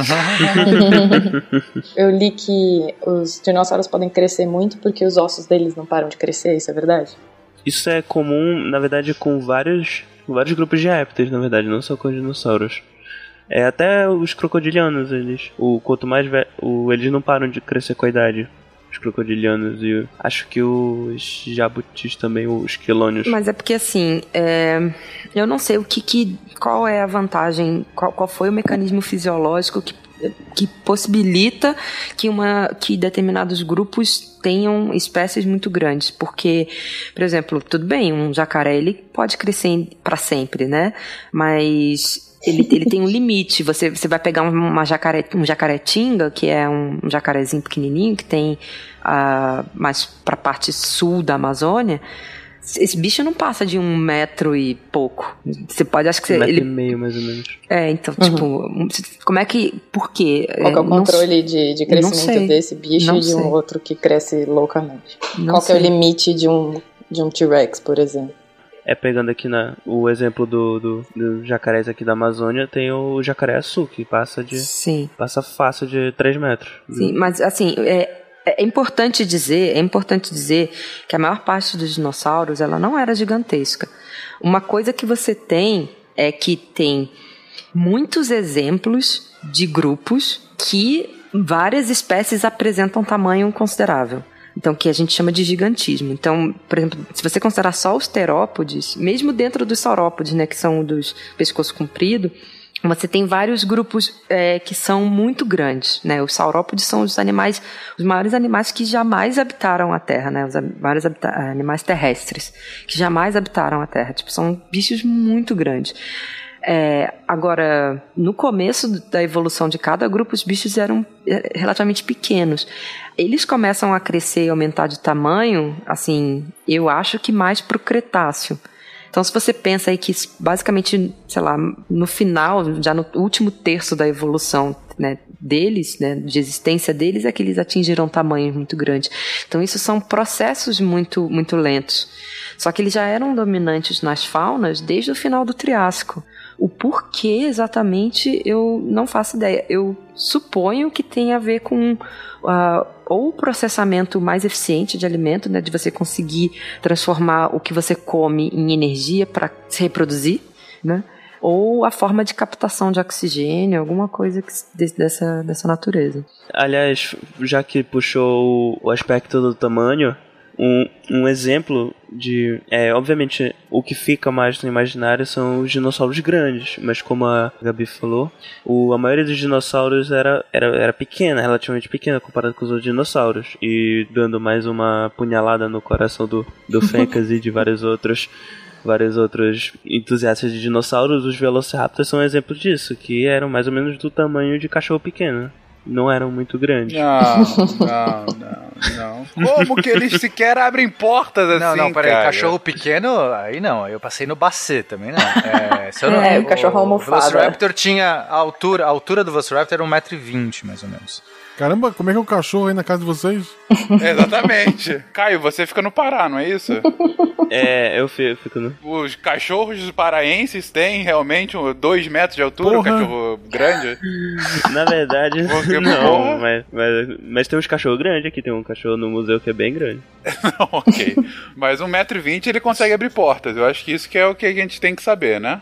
Eu li que os dinossauros podem crescer muito porque os ossos deles não param de crescer, isso é verdade? Isso é comum, na verdade, com vários grupos de répteis, na verdade, não só com dinossauros. Até os crocodilianos, quanto mais eles não param de crescer com a idade. Os crocodilianos e acho que os jabutis também, os quelônios. Mas é porque assim, eu não sei qual é a vantagem, qual foi o mecanismo fisiológico que possibilita que determinados grupos tenham espécies muito grandes, porque, por exemplo, tudo bem, um jacaré ele pode crescer para sempre, né? Mas ele tem um limite. Você vai pegar um jacaretinga, que é um jacarezinho pequenininho, que tem mais para a parte sul da Amazônia. Esse bicho não passa de 1 metro e pouco. Você pode, acho que 1,5 metro, mais ou menos. Então, tipo, como é que... Por quê? Qual que é o controle de crescimento desse bicho e de um outro que cresce loucamente? Qual que é o limite de um T-Rex, por exemplo? Pegando aqui o exemplo do jacarés aqui da Amazônia, tem o jacaré-açu, que passa fácil de 3 metros. Sim, mas assim, é importante dizer que a maior parte dos dinossauros, ela não era gigantesca. Uma coisa que você tem é que tem muitos exemplos de grupos que várias espécies apresentam tamanho considerável. Então, que a gente chama de gigantismo. Então, por exemplo, se você considerar só os terópodes, mesmo dentro dos saurópodes, né, que são dos pescoço comprido, você tem vários grupos que são muito grandes, né? Os saurópodes são os maiores animais que jamais habitaram a Terra, né? Os maiores animais terrestres que jamais habitaram a Terra. Tipo, são bichos muito grandes. Agora, no começo da evolução de cada grupo, os bichos eram relativamente pequenos. Eles começam a crescer e aumentar de tamanho, assim, eu acho que mais pro Cretáceo. Então, se você pensa aí que basicamente, sei lá, no final, já no último terço da evolução, né, deles, né, de existência deles, é que eles atingiram tamanhos muito grandes. Então, isso são processos muito, muito lentos. Só que eles já eram dominantes nas faunas desde o final do Triássico. O porquê exatamente eu não faço ideia. Eu suponho que tem a ver com ou o processamento mais eficiente de alimento, né, de você conseguir transformar o que você come em energia para se reproduzir, né, ou a forma de captação de oxigênio, alguma coisa dessa natureza. Aliás, já que puxou o aspecto do tamanho, um exemplo de... obviamente, o que fica mais no imaginário são os dinossauros grandes, mas como a Gabi falou, a maioria dos dinossauros era pequena, relativamente pequena, comparado com os outros dinossauros. E dando mais uma punhalada no coração do Fencas e de vários outros entusiastas de dinossauros, os Velociraptors são um exemplo disso, que eram mais ou menos do tamanho de cachorro pequeno. Não eram muito grandes. Não. Como que eles sequer abrem portas assim? Não, peraí, cachorro pequeno, aí não. Eu passei no Basset também, não. O cachorro almofada. O Velociraptor tinha a altura do Velociraptor era 1,20 m, mais ou menos. Caramba, como é que é o cachorro aí na casa de vocês? Exatamente. Caio, você fica no Pará, não é isso? Eu fico no... Os cachorros paraenses têm realmente 2 metros de altura, um cachorro grande? Na verdade, não, mas tem uns cachorros grandes aqui, tem um cachorro no museu que é bem grande. Não, ok. Mas 1,20 m ele consegue abrir portas, eu acho que isso que é o que a gente tem que saber, né?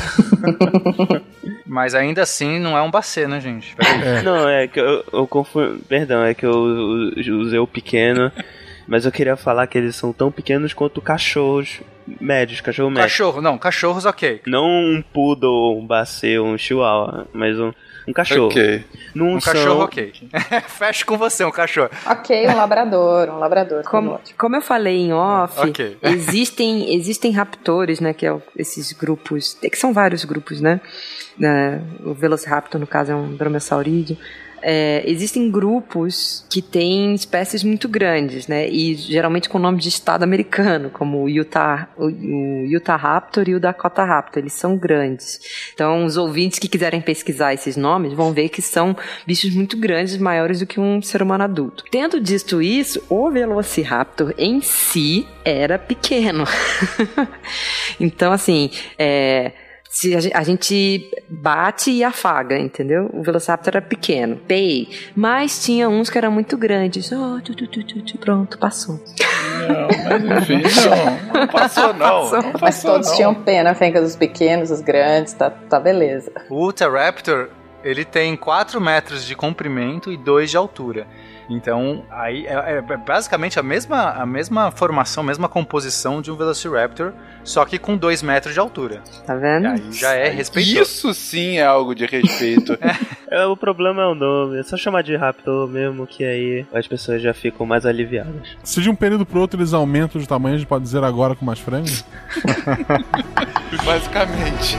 Mas ainda assim não é um Basset, né, gente? Não, é que eu confundo. Perdão, é que eu usei o pequeno. Mas eu queria falar que eles são tão pequenos quanto cachorros médios, cachorro médio. Cachorros ok. Não um poodle, um Basset, um chihuahua, mas um cachorro. Ok. Cachorro ok. Fecho com você, um cachorro. Ok, um labrador. Como eu falei em off, existem raptores, né, que é esses grupos, que são vários grupos, né? O Velociraptor, no caso, é um dromaeosaurídeo. existem grupos que têm espécies muito grandes, né? E geralmente com nome de estado americano, como o Utah Raptor e o Dakota Raptor. Eles são grandes. Então, os ouvintes que quiserem pesquisar esses nomes vão ver que são bichos muito grandes, maiores do que um ser humano adulto. Tendo dito isso, o Velociraptor em si era pequeno. Então, assim, se a gente bate e afaga, entendeu? O Velociraptor era pequeno, mas tinha uns que eram muito grandes. Pronto, passou. Não, mas enfim, não passou não. Mas todos tinham pena, Fenca, dos pequenos, os grandes, tá beleza. O Utahraptor, ele tem 4 metros de comprimento e 2 de altura. Então, aí é basicamente a mesma formação, a mesma composição de um Velociraptor, só que com 2 metros de altura. Tá vendo? E aí já é respeitoso. Isso sim é algo de respeito. O problema é o nome, é só chamar de Raptor mesmo, que aí as pessoas já ficam mais aliviadas. Se de um período pro outro eles aumentam de tamanho, a gente pode dizer agora com mais frango? Basicamente.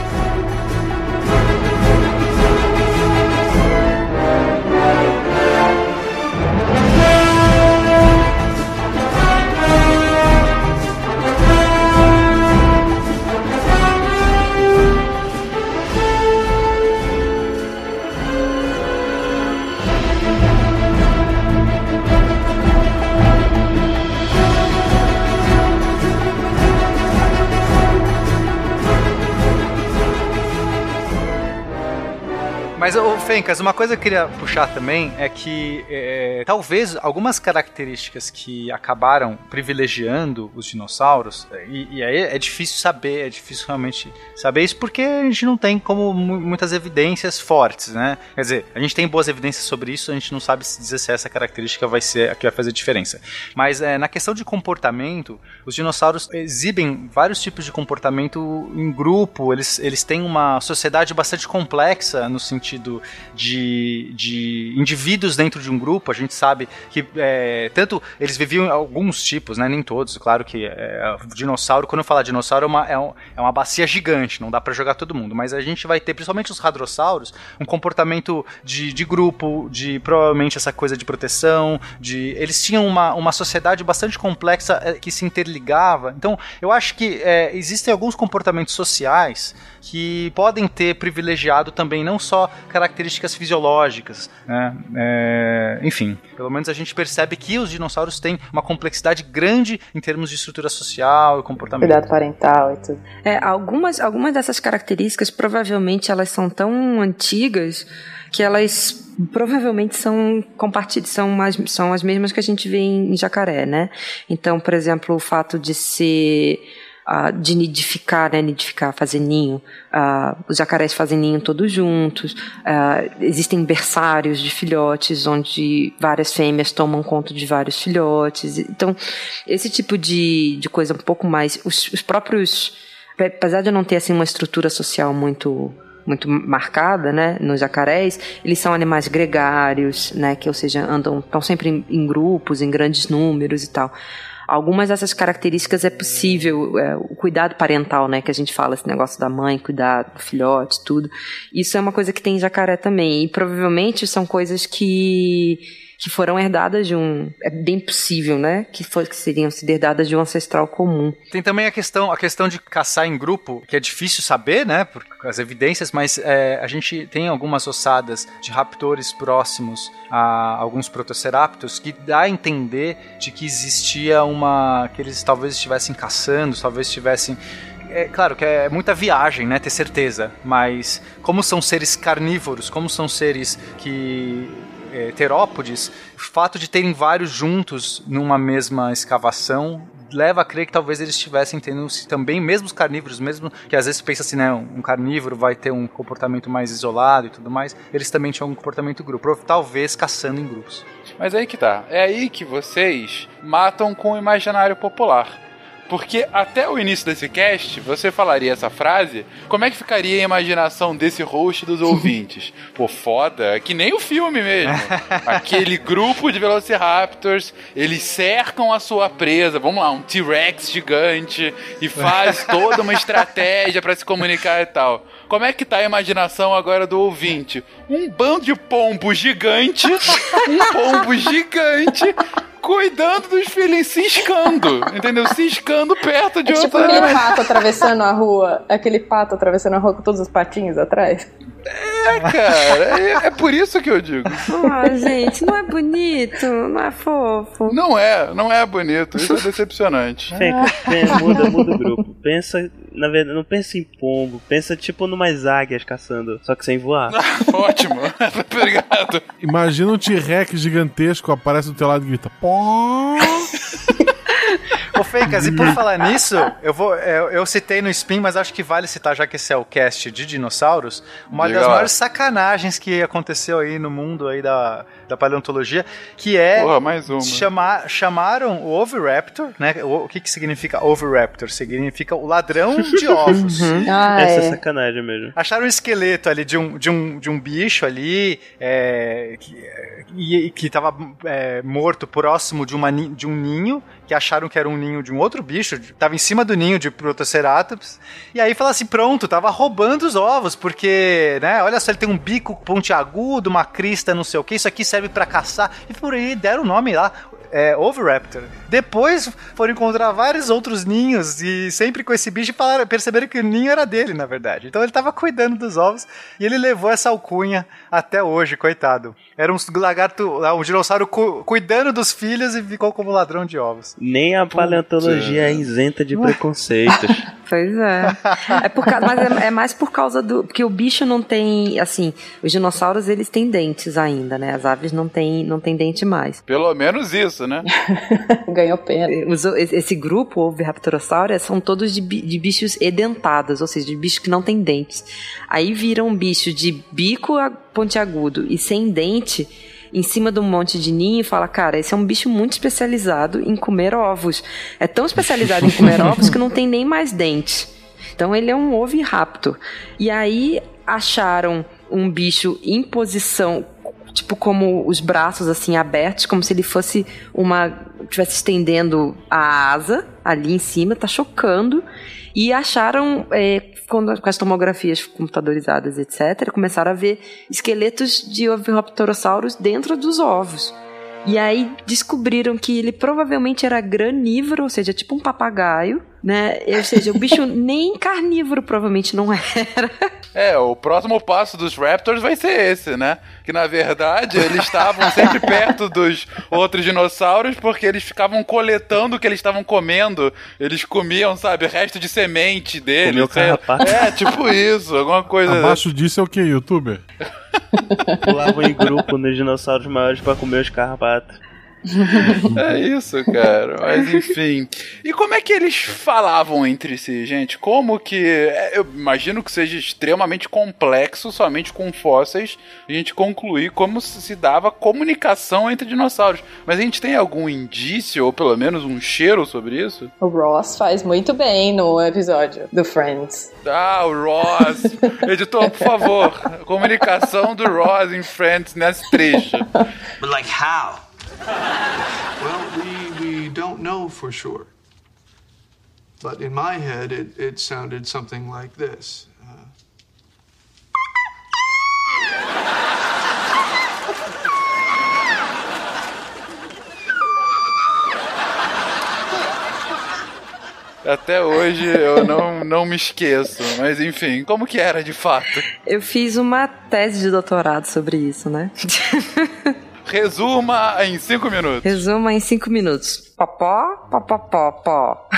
Mas, Fencas, uma coisa que eu queria puxar também é que talvez algumas características que acabaram privilegiando os dinossauros, e aí é difícil saber, é difícil realmente saber isso, porque a gente não tem como muitas evidências fortes, né? Quer dizer, a gente tem boas evidências sobre isso, a gente não sabe dizer se essa característica vai ser a que vai fazer diferença. Mas na questão de comportamento, os dinossauros exibem vários tipos de comportamento em grupo, eles têm uma sociedade bastante complexa no sentido de indivíduos dentro de um grupo. A gente sabe que tanto eles viviam alguns tipos, né, nem todos, claro que dinossauro, quando eu falar dinossauro é uma bacia gigante, não dá pra jogar todo mundo, mas a gente vai ter, principalmente os hadrossauros, um comportamento de grupo, de provavelmente essa coisa de proteção, eles tinham uma sociedade bastante complexa que se interligava. Então eu acho que existem alguns comportamentos sociais que podem ter privilegiado também não só características fisiológicas, né? Enfim, pelo menos a gente percebe que os dinossauros têm uma complexidade grande em termos de estrutura social e comportamento. Cuidado parental e tudo. Algumas dessas características provavelmente elas são tão antigas que elas provavelmente são as mesmas que a gente vê em jacaré, né? Então, por exemplo, o fato de ser de nidificar, fazer ninho. Os jacarés fazem ninho todos juntos. Existem berçários de filhotes, onde várias fêmeas tomam conta de vários filhotes. Então, esse tipo de coisa um pouco mais... Os próprios... Apesar de não ter assim, uma estrutura social muito marcada, né, nos jacarés, eles são animais gregários, né, que, ou seja, estão sempre em grupos, em grandes números e tal. Algumas dessas características é possível, o cuidado parental, né, que a gente fala, esse negócio da mãe, cuidar do filhote, tudo. Isso é uma coisa que tem em jacaré também, e provavelmente são coisas que foram herdadas é bem possível, né, que seriam sido herdadas de um ancestral comum. Tem também a questão de caçar em grupo, que é difícil saber, né, por as evidências, mas a gente tem algumas ossadas de raptores próximos a alguns protoceraptors que dá a entender de que existia que eles talvez estivessem caçando, talvez estivessem... Claro que é muita viagem, né, ter certeza, mas como são seres carnívoros, como são seres terópodes, o fato de terem vários juntos numa mesma escavação leva a crer que talvez eles estivessem tendo também, mesmo os carnívoros, mesmo que às vezes pensa assim, né, um carnívoro vai ter um comportamento mais isolado e tudo mais, eles também tinham um comportamento em grupo, talvez caçando em grupos. Mas aí que tá, é aí que vocês matam com o imaginário popular. Porque até o início desse cast, você falaria essa frase, como é que ficaria a imaginação desse host dos ouvintes? Pô, foda, é que nem o filme mesmo. Aquele grupo de Velociraptors, eles cercam a sua presa, vamos lá, um T-Rex gigante, e faz toda uma estratégia pra se comunicar e tal. Como é que tá a imaginação agora do ouvinte? Um bando de pombo gigante, cuidando dos filhos, ciscando, entendeu? Ciscando perto de tipo aquele pato atravessando a rua, com todos os patinhos atrás. Cara, é por isso que eu digo. Gente, não é bonito, não é fofo. Não é bonito, isso é decepcionante. Muda o grupo. Pensa, na verdade, não pensa em pombo, pensa tipo numas águias caçando, só que sem voar. Ótimo, obrigado. Imagina um T-Rex gigantesco, aparece do teu lado e grita pó. Ô, Fencas, e por falar nisso, eu citei no Spin, mas acho que vale citar, já que esse é o cast de dinossauros, uma das maiores sacanagens que aconteceu aí no mundo aí da paleontologia, que é... Porra, mais uma. Chamaram o Oviraptor, né? O que significa Oviraptor? Significa o ladrão de ovos. Essa é sacanagem mesmo. Acharam um esqueleto ali de um bicho ali, que estava morto próximo de um ninho, que acharam que era um ninho de um outro bicho, tava em cima do ninho de Protoceratops, e aí falaram assim, pronto, tava roubando os ovos, porque, né, olha só, ele tem um bico pontiagudo, uma crista, não sei o que, isso aqui serve pra caçar, e por aí deram o nome lá, Oviraptor. Depois foram encontrar vários outros ninhos e sempre com esse bicho perceberam que o ninho era dele, na verdade. Então ele tava cuidando dos ovos e ele levou essa alcunha até hoje, coitado. Era um lagarto, um dinossauro cuidando dos filhos e ficou como ladrão de ovos. Nem a paleontologia é isenta de preconceitos. Pois é. Mas é mais por causa do... Porque o bicho não tem... Assim, os dinossauros, eles têm dentes ainda, né? As aves não têm dente mais. Pelo menos isso, né? Ganhou pena. Esse grupo, Oviraptorosauria, são todos de bichos edentados, ou seja, de bichos que não têm dentes. Aí vira um bicho de bico pontiagudo e sem dente em cima de um monte de ninho e fala, cara, esse é um bicho muito especializado em comer ovos. É tão especializado em comer ovos que não tem nem mais dente. Então ele é um oviraptor. E aí acharam um bicho em posição, tipo como os braços assim abertos, como se ele fosse estivesse estendendo a asa ali em cima, tá chocando. E acharam, com as tomografias computadorizadas, etc., começaram a ver esqueletos de Oviraptorossauros dentro dos ovos. E aí descobriram que ele provavelmente era granívoro, ou seja, tipo um papagaio, né? Ou seja, o bicho nem carnívoro provavelmente não era. O próximo passo dos Raptors vai ser esse, né? Que na verdade eles estavam sempre perto dos outros dinossauros porque eles ficavam coletando o que eles estavam comendo. Eles comiam, sabe, resto de semente deles. Tipo isso, alguma coisa. Abaixo disso é o que, youtuber? Pulavam em grupo nos dinossauros maiores pra comer os carrapatos. É isso, cara. Mas enfim. E como é que eles falavam entre si, gente? Como que... Eu imagino que seja extremamente complexo, somente com fósseis, a gente concluir como se dava comunicação entre dinossauros. Mas a gente tem algum indício, ou pelo menos um cheiro sobre isso? O Ross faz muito bem no episódio do Friends. O Ross. Editor, por favor. Comunicação do Ross em Friends nesse trecho. But like how? Well, we don't know for sure. But in my head, it sounded something like this. Até hoje eu não me esqueço, mas enfim, como que era de fato? Eu fiz uma tese de doutorado sobre isso, né? Resuma em 5 minutos. Resuma em 5 minutos. Popó, popopó, pó.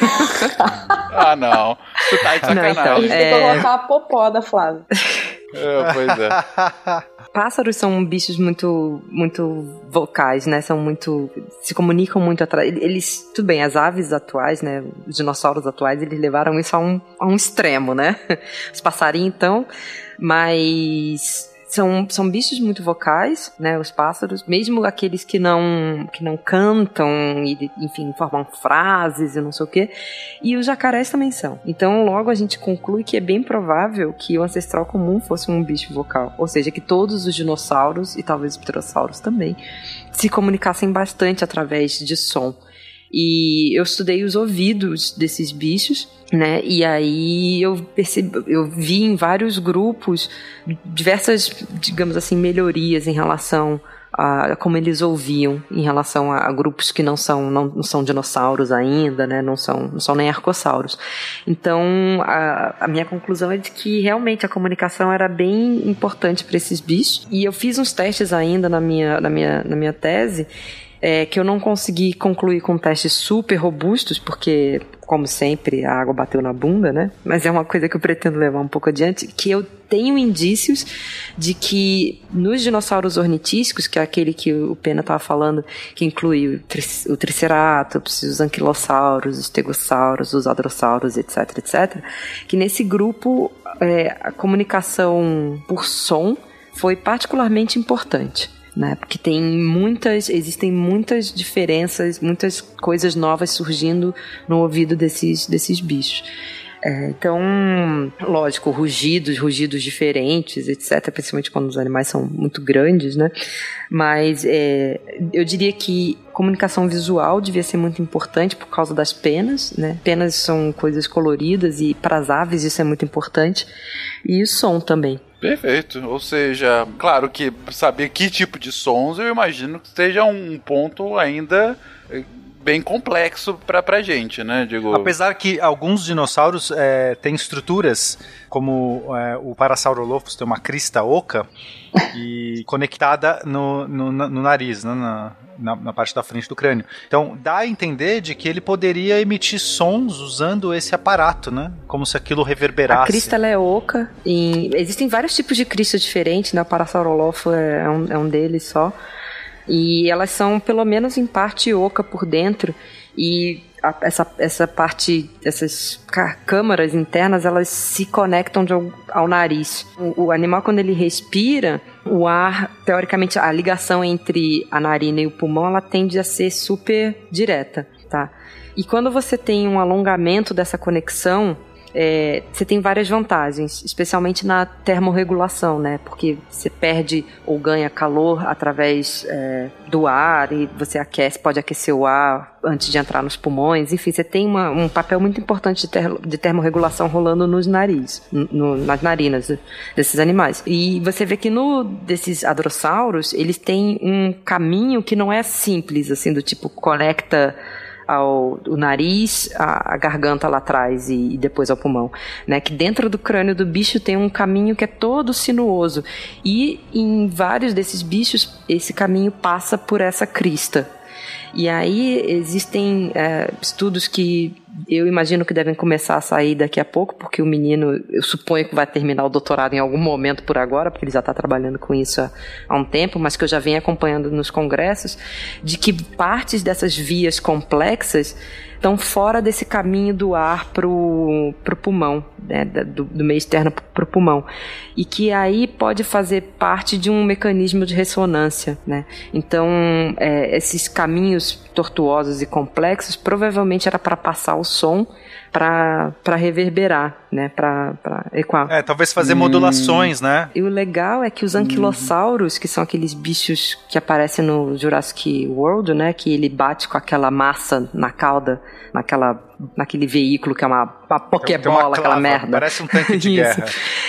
Não. Tu tá de sacanagem. Não, então, a gente tem que colocar a popó da Flávia. Pois é. Pássaros são bichos muito, muito vocais, né? Se comunicam muito atrás. Eles, tudo bem, as aves atuais, né? Os dinossauros atuais, eles levaram isso a um extremo, né? Os passarinhos, então, mas São bichos muito vocais, né, os pássaros, mesmo aqueles que não cantam e, enfim, formam frases e não sei o quê, e os jacarés também são. Então, logo a gente conclui que é bem provável que o ancestral comum fosse um bicho vocal, ou seja, que todos os dinossauros, e talvez os pterossauros também, se comunicassem bastante através de som. E eu estudei os ouvidos desses bichos, né? E aí eu vi em vários grupos diversas, digamos assim, melhorias em relação a como eles ouviam em relação a grupos que não são dinossauros ainda, né? Não são nem arcossauros. Então a minha conclusão é de que realmente a comunicação era bem importante para esses bichos. E eu fiz uns testes ainda na minha tese, que eu não consegui concluir com testes super robustos, porque, como sempre, a água bateu na bunda, né? Mas é uma coisa que eu pretendo levar um pouco adiante, que eu tenho indícios de que nos dinossauros ornitísticos, que é aquele que o Pena estava falando, que inclui o Triceratops, os anquilossauros, os stegossauros, os hadrossauros, etc., etc., que nesse grupo a comunicação por som foi particularmente importante. Né? Porque existem muitas diferenças, muitas coisas novas surgindo no ouvido desses bichos. Então, lógico, rugidos diferentes, etc., principalmente quando os animais são muito grandes, né? Mas eu diria que comunicação visual devia ser muito importante por causa das penas, né? Penas são coisas coloridas e para as aves isso é muito importante. E o som também. Perfeito, ou seja, claro que saber que tipo de sons eu imagino que seja um ponto ainda bem complexo pra gente, né? Apesar que alguns dinossauros têm estruturas, como o Parasaurolophus tem uma crista oca e conectada no nariz, né? Na parte da frente do crânio. Então, dá a entender de que ele poderia emitir sons usando esse aparato, né? Como se aquilo reverberasse. A crista ela é oca. E existem vários tipos de crista diferentes, né? O Parasaurolophus é um deles só. E elas são, pelo menos em parte, oca por dentro. E essa parte, essas câmaras internas, elas se conectam ao nariz. O animal, quando ele respira, o ar, teoricamente, a ligação entre a narina e o pulmão, ela tende a ser super direta, tá? E quando você tem um alongamento dessa conexão, você tem várias vantagens, especialmente na termorregulação, né? Porque você perde ou ganha calor através do ar e você pode aquecer o ar antes de entrar nos pulmões. Enfim, você tem um papel muito importante de termorregulação rolando nos nas narinas desses animais. E você vê que desses hadrossauros, eles têm um caminho que não é simples, assim, do tipo conecta o nariz, a garganta lá atrás e depois ao pulmão, né? Que dentro do crânio do bicho tem um caminho que é todo sinuoso e em vários desses bichos esse caminho passa por essa crista. E aí existem estudos que eu imagino que devem começar a sair daqui a pouco, porque o menino, eu suponho que vai terminar o doutorado em algum momento por agora, porque ele já está trabalhando com isso há um tempo, mas que eu já venho acompanhando nos congressos, de que partes dessas vias complexas estão fora desse caminho do ar pro pulmão, né, do meio externo pro pulmão, e que aí pode fazer parte de um mecanismo de ressonância, né? Então, esses caminhos tortuosos e complexos provavelmente era para passar o som para reverberar, né, para ecoar. Talvez fazer modulações, né? E o legal é que os anquilossauros, que são aqueles bichos que aparecem no Jurassic World, né, que ele bate com aquela massa na cauda, naquele veículo que é uma pokébola, aquela merda. Parece um tanque de guerra.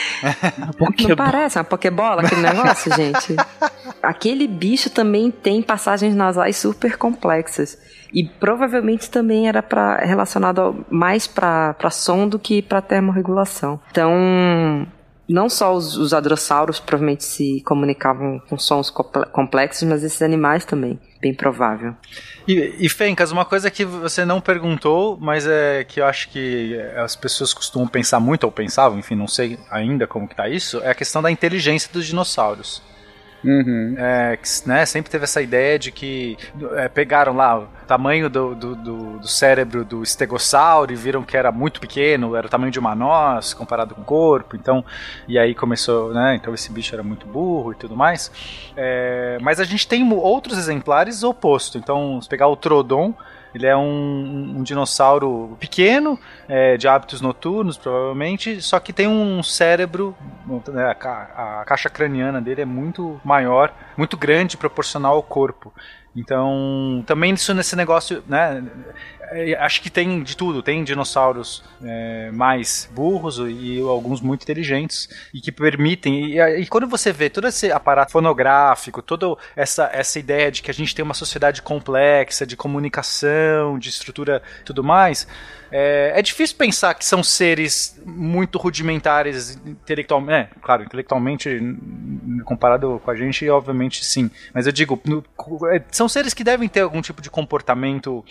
Não parece uma pokébola aquele negócio, gente? Aquele bicho também tem passagens nasais super complexas. E provavelmente também era relacionado mais para som do que para termorregulação. Então, não só os hadrossauros provavelmente se comunicavam com sons complexos, mas esses animais também, bem provável. E Fencas, uma coisa que você não perguntou, mas que eu acho que as pessoas costumam pensar muito, ou pensavam, enfim, não sei ainda como que tá isso, é a questão da inteligência dos dinossauros. Né, sempre teve essa ideia de que pegaram lá o tamanho do cérebro do estegossauro e viram que era muito pequeno, era o tamanho de uma noz comparado com o corpo, então, e aí começou, né, então esse bicho era muito burro e tudo mais. Mas a gente tem outros exemplares oposto. Então, se pegar o Troodon, ele é um dinossauro pequeno, de hábitos noturnos, provavelmente, só que tem um cérebro, né, a caixa craniana dele é muito maior, muito grande, proporcional ao corpo. Então, também isso nesse negócio, né, acho que tem de tudo, tem dinossauros mais burros e alguns muito inteligentes e que permitem, e quando você vê todo esse aparato fonográfico, toda essa ideia de que a gente tem uma sociedade complexa, de comunicação, de estrutura e tudo mais, é difícil pensar que são seres muito rudimentares intelectualmente, claro, intelectualmente comparado com a gente, obviamente sim, mas eu digo, são seres que devem ter algum tipo de comportamento,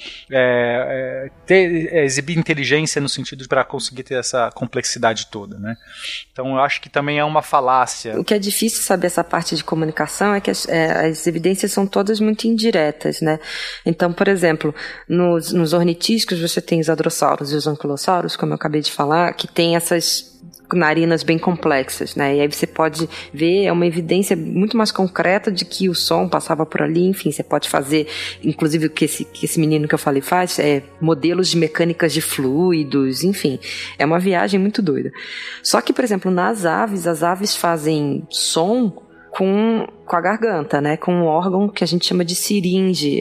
exibir inteligência no sentido para conseguir ter essa complexidade toda, né? Então eu acho que também é uma falácia. O que é difícil saber essa parte de comunicação é que as evidências são todas muito indiretas, né? Então, por exemplo, nos ornitísticos você tem os hadrossauros e os anquilossauros, como eu acabei de falar, que tem essas narinas bem complexas, né? E aí você pode ver, é uma evidência muito mais concreta de que o som passava por ali, enfim, você pode fazer, inclusive o que esse menino que eu falei faz, modelos de mecânicas de fluidos, enfim, é uma viagem muito doida. Só que, por exemplo, nas aves, as aves fazem som com a garganta, né? Com um órgão que a gente chama de siringe,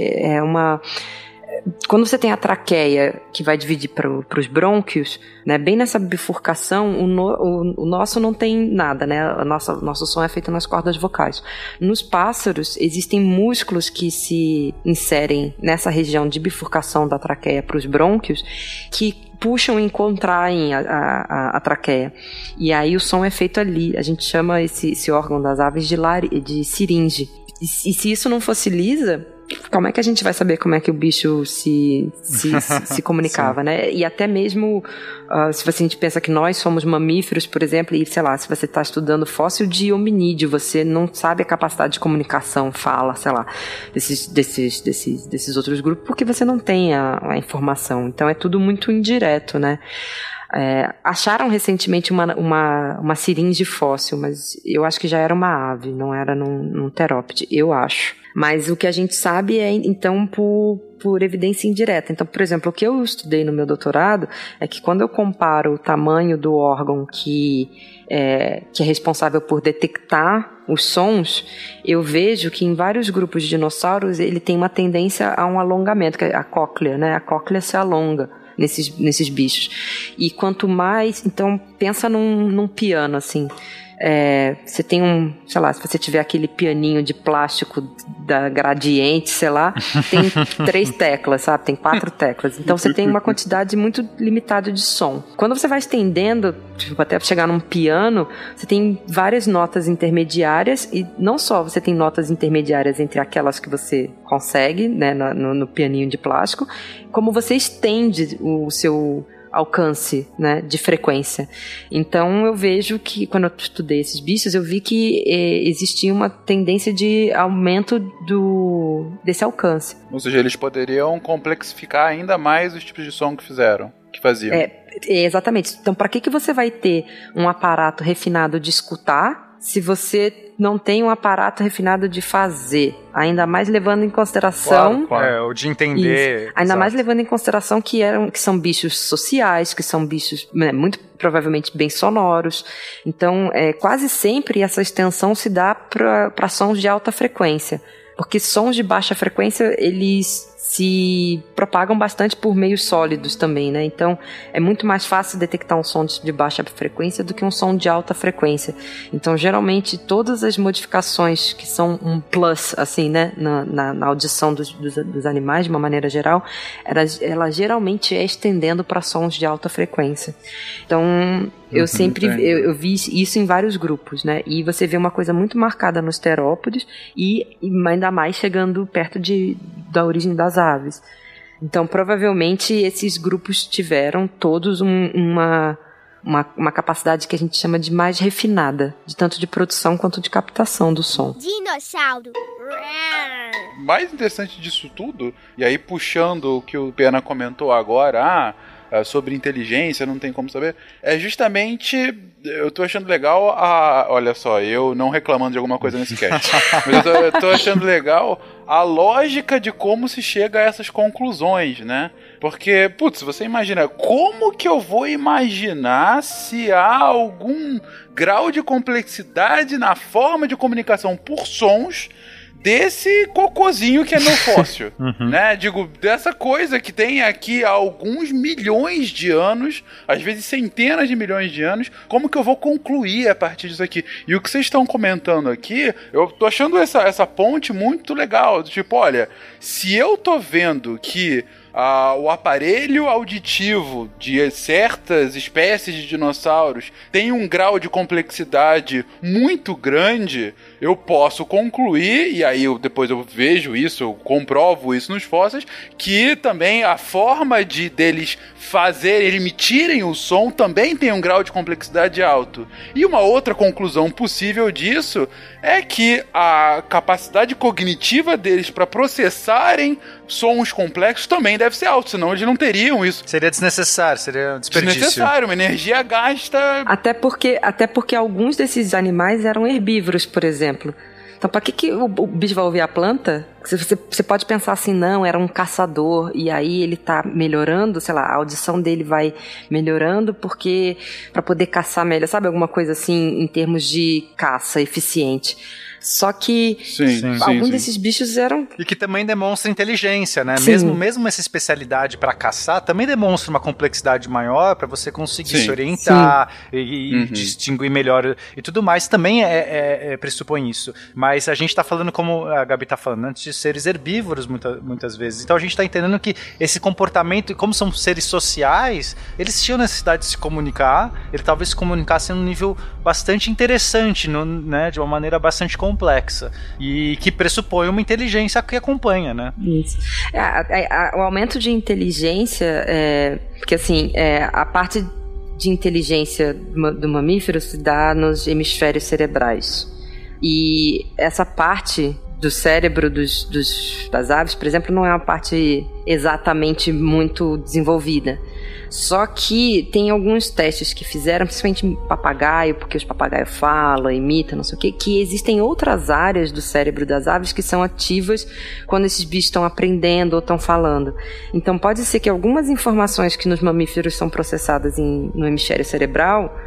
quando você tem a traqueia que vai dividir para os brônquios, né, bem nessa bifurcação, o nosso não tem nada, né? Nosso som é feito nas cordas vocais. Nos pássaros, existem músculos que se inserem nessa região de bifurcação da traqueia para os brônquios, que puxam e contraem a traqueia. E aí o som é feito ali. A gente chama esse órgão das aves de siringe. E se isso não fossiliza, como é que a gente vai saber como é que o bicho se comunicava, né? E até mesmo, se a gente pensa que nós somos mamíferos, por exemplo, e sei lá, se você está estudando fóssil de hominídeo, você não sabe a capacidade de comunicação, fala, sei lá, desses outros grupos, porque você não tem a informação. Então é tudo muito indireto, né? Acharam recentemente uma siringe fóssil, mas eu acho que já era uma ave, não era num terópode, eu acho. Mas o que a gente sabe é, então, por evidência indireta. Então, por exemplo, o que eu estudei no meu doutorado é que quando eu comparo o tamanho do órgão que é responsável por detectar os sons, eu vejo que em vários grupos de dinossauros ele tem uma tendência a um alongamento, que é a cóclea, né? A cóclea se alonga nesses bichos. E quanto mais... Então, pensa num piano, assim. Você tem sei lá, se você tiver aquele pianinho de plástico da Gradiente, sei lá, tem 3 teclas, sabe? Tem 4 teclas. Então você tem uma quantidade muito limitada de som. Quando você vai estendendo, tipo, até chegar num piano, você tem várias notas intermediárias, e não só você tem notas intermediárias entre aquelas que você consegue, né, no pianinho de plástico, como você estende o seu alcance, né, de frequência. Então eu vejo que, quando eu estudei esses bichos, eu vi que existia uma tendência de aumento desse alcance. Ou seja, eles poderiam complexificar ainda mais os tipos de som que faziam. Exatamente. Então, para que você vai ter um aparato refinado de escutar se você não tem um aparato refinado de fazer? Ainda mais levando em consideração... Claro. O de entender... Isso. Ainda mais levando em consideração que são bichos sociais, que são bichos, né, muito provavelmente bem sonoros. Então, quase sempre essa extensão se dá para sons de alta frequência. Porque sons de baixa frequência, eles se propagam bastante por meios sólidos também, né? Então, é muito mais fácil detectar um som de baixa frequência do que um som de alta frequência. Então, geralmente, todas as modificações que são um plus, assim, né, na audição dos animais, de uma maneira geral, ela geralmente é estendendo para sons de alta frequência. Então, eu vi isso em vários grupos, né? E você vê uma coisa muito marcada nos terópodes e ainda mais chegando perto da origem das aves. Então, provavelmente, esses grupos tiveram todos uma uma capacidade que a gente chama de mais refinada, de tanto de produção quanto de captação do som. Dinossauro. Mais interessante disso tudo, e aí puxando o que o Pena comentou agora, sobre inteligência, não tem como saber, é justamente, eu tô achando legal olha só, eu não reclamando de alguma coisa nesse cast, mas eu tô achando legal a lógica de como se chega a essas conclusões, né? Porque, putz, você imagina, como que eu vou imaginar se há algum grau de complexidade na forma de comunicação por sons desse cocôzinho que é meu fóssil, né? Digo, dessa coisa que tem aqui há alguns milhões de anos, às vezes centenas de milhões de anos, como que eu vou concluir a partir disso aqui? E o que vocês estão comentando aqui, eu tô achando essa ponte muito legal, tipo, olha, se eu tô vendo que o aparelho auditivo de certas espécies de dinossauros tem um grau de complexidade muito grande, eu posso concluir, e aí depois eu vejo isso, eu comprovo isso nos fósseis, que também a forma deles emitirem o som também tem um grau de complexidade alto. E uma outra conclusão possível disso é que a capacidade cognitiva deles para processarem sons complexos também deve ser alta, senão eles não teriam isso. Seria desnecessário, seria desperdício. Desnecessário, uma energia gasta. Até porque alguns desses animais eram herbívoros, por exemplo. Então, para que o bicho vai ouvir a planta? Você pode pensar assim, não, era um caçador, e aí ele tá melhorando, sei lá, a audição dele vai melhorando porque para poder caçar melhor, sabe? Alguma coisa assim, em termos de caça eficiente. Só que alguns desses bichos eram... E que também demonstra inteligência, né? Mesmo essa especialidade para caçar, também demonstra uma complexidade maior para você conseguir se orientar e distinguir melhor e tudo mais. Também pressupõe isso. Mas a gente tá falando, como a Gabi tá falando, antes de seres herbívoros muitas vezes. Então a gente tá entendendo que esse comportamento, como são seres sociais, eles tinham necessidade de se comunicar, eles talvez se comunicassem num nível bastante interessante, né? De uma maneira bastante complexa e que pressupõe uma inteligência que acompanha, né? Isso. O aumento de inteligência, porque assim, a parte de inteligência do mamífero se dá nos hemisférios cerebrais. E essa parte do cérebro das aves, por exemplo, não é uma parte exatamente muito desenvolvida. Só que tem alguns testes que fizeram, principalmente em papagaio, porque os papagaios falam, imitam, não sei o quê, que existem outras áreas do cérebro das aves que são ativas quando esses bichos estão aprendendo ou estão falando. Então pode ser que algumas informações que nos mamíferos são processadas no hemisfério cerebral,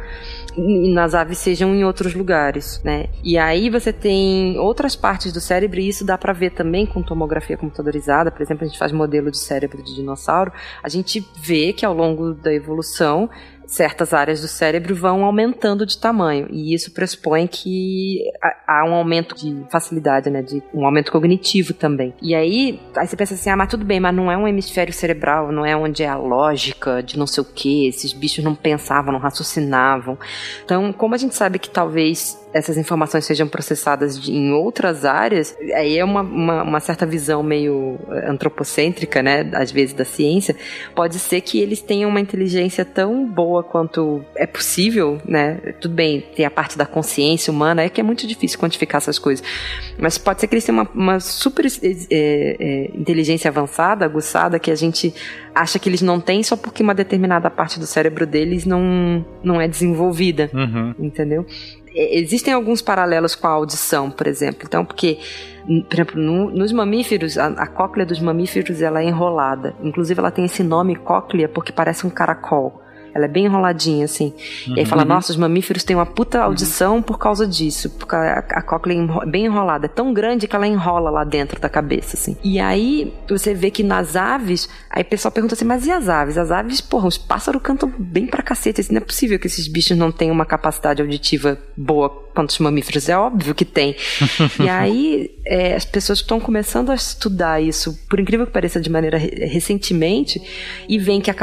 nas aves sejam em outros lugares, né? E aí você tem outras partes do cérebro, e isso dá pra ver também com tomografia computadorizada. Por exemplo, a gente faz modelo de cérebro de dinossauro, a gente vê que ao longo da evolução certas áreas do cérebro vão aumentando de tamanho, e isso pressupõe que há um aumento de facilidade, né, de um aumento cognitivo também. E aí você pensa assim, mas tudo bem, mas não é um hemisfério cerebral, não é onde é a lógica de não sei o que, esses bichos não pensavam, não raciocinavam. Então, como a gente sabe que talvez essas informações sejam processadas em outras áreas, aí é uma certa visão meio antropocêntrica, né, às vezes da ciência. Pode ser que eles tenham uma inteligência tão boa quanto é possível, né, tudo bem, tem a parte da consciência humana, que é muito difícil quantificar essas coisas, mas pode ser que eles tenham uma super inteligência avançada, aguçada, que a gente acha que eles não têm só porque uma determinada parte do cérebro deles não é desenvolvida, entendeu? Existem alguns paralelos com a audição, por exemplo. Então, porque, por exemplo, nos mamíferos, a cóclea dos mamíferos ela é enrolada. Inclusive, ela tem esse nome cóclea porque parece um caracol. Ela é bem enroladinha, assim. E aí fala, nossa, os mamíferos têm uma puta audição por causa disso. Porque a cóclea é bem enrolada. É tão grande que ela enrola lá dentro da cabeça, assim. E aí, você vê que nas aves, aí o pessoal pergunta assim, mas e as aves? As aves, porra, os pássaros cantam bem pra cacete. Assim, não é possível que esses bichos não tenham uma capacidade auditiva boa quanto os mamíferos. É óbvio que tem. E aí, as pessoas estão começando a estudar isso, por incrível que pareça, de maneira recentemente, e veem que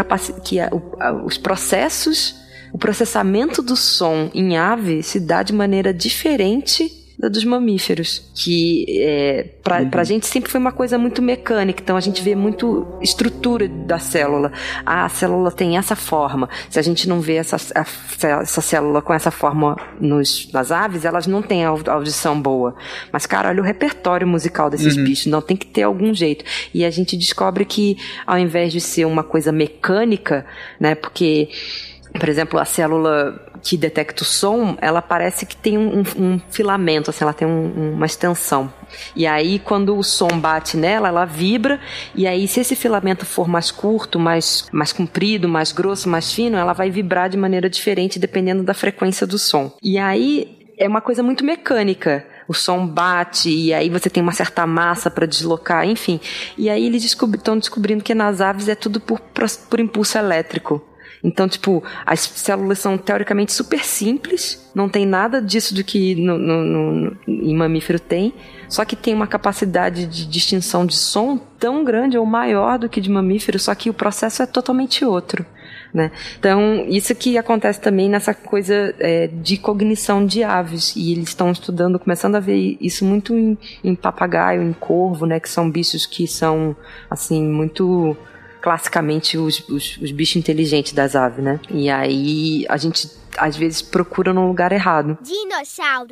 os processos, o processamento do som em ave se dá de maneira diferente da dos mamíferos, que pra gente sempre foi uma coisa muito mecânica, então a gente vê muito estrutura da célula. A célula tem essa forma. Se a gente não vê essa célula com essa forma nas aves, elas não têm audição boa. Mas, cara, olha o repertório musical desses bichos, não tem que ter algum jeito. E a gente descobre que, ao invés de ser uma coisa mecânica, né, porque, por exemplo, a célula que detecta o som, ela parece que tem um filamento, assim, ela tem uma extensão. E aí, quando o som bate nela, ela vibra, e aí, se esse filamento for mais curto, mais comprido, mais grosso, mais fino, ela vai vibrar de maneira diferente, dependendo da frequência do som. E aí, é uma coisa muito mecânica. O som bate, e aí você tem uma certa massa para deslocar, enfim. E aí, eles estão descobrindo que nas aves é tudo por impulso elétrico. Então, tipo, as células são teoricamente super simples, não tem nada disso do que em mamífero tem, só que tem uma capacidade de distinção de som tão grande ou maior do que de mamífero, só que o processo é totalmente outro, né? Então, isso que acontece também nessa coisa de cognição de aves, e eles estão estudando, começando a ver isso muito em papagaio, em corvo, né, que são bichos que são, assim, muito classicamente os bichos inteligentes das aves, né? E aí a gente às vezes procura no lugar errado. Dinossauro.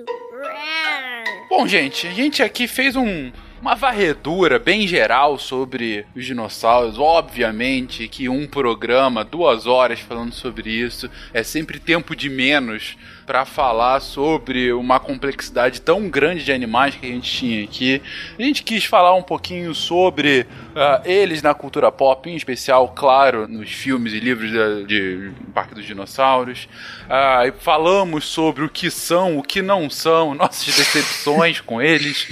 Bom, gente, a gente aqui fez uma varredura bem geral sobre os dinossauros. Obviamente que um programa, 2 horas falando sobre isso, é sempre tempo de menos para falar sobre uma complexidade tão grande de animais que a gente tinha aqui. A gente quis falar um pouquinho sobre eles na cultura pop, em especial, claro, nos filmes e livros de Parque dos Dinossauros. Falamos sobre o que são, o que não são, nossas decepções com eles,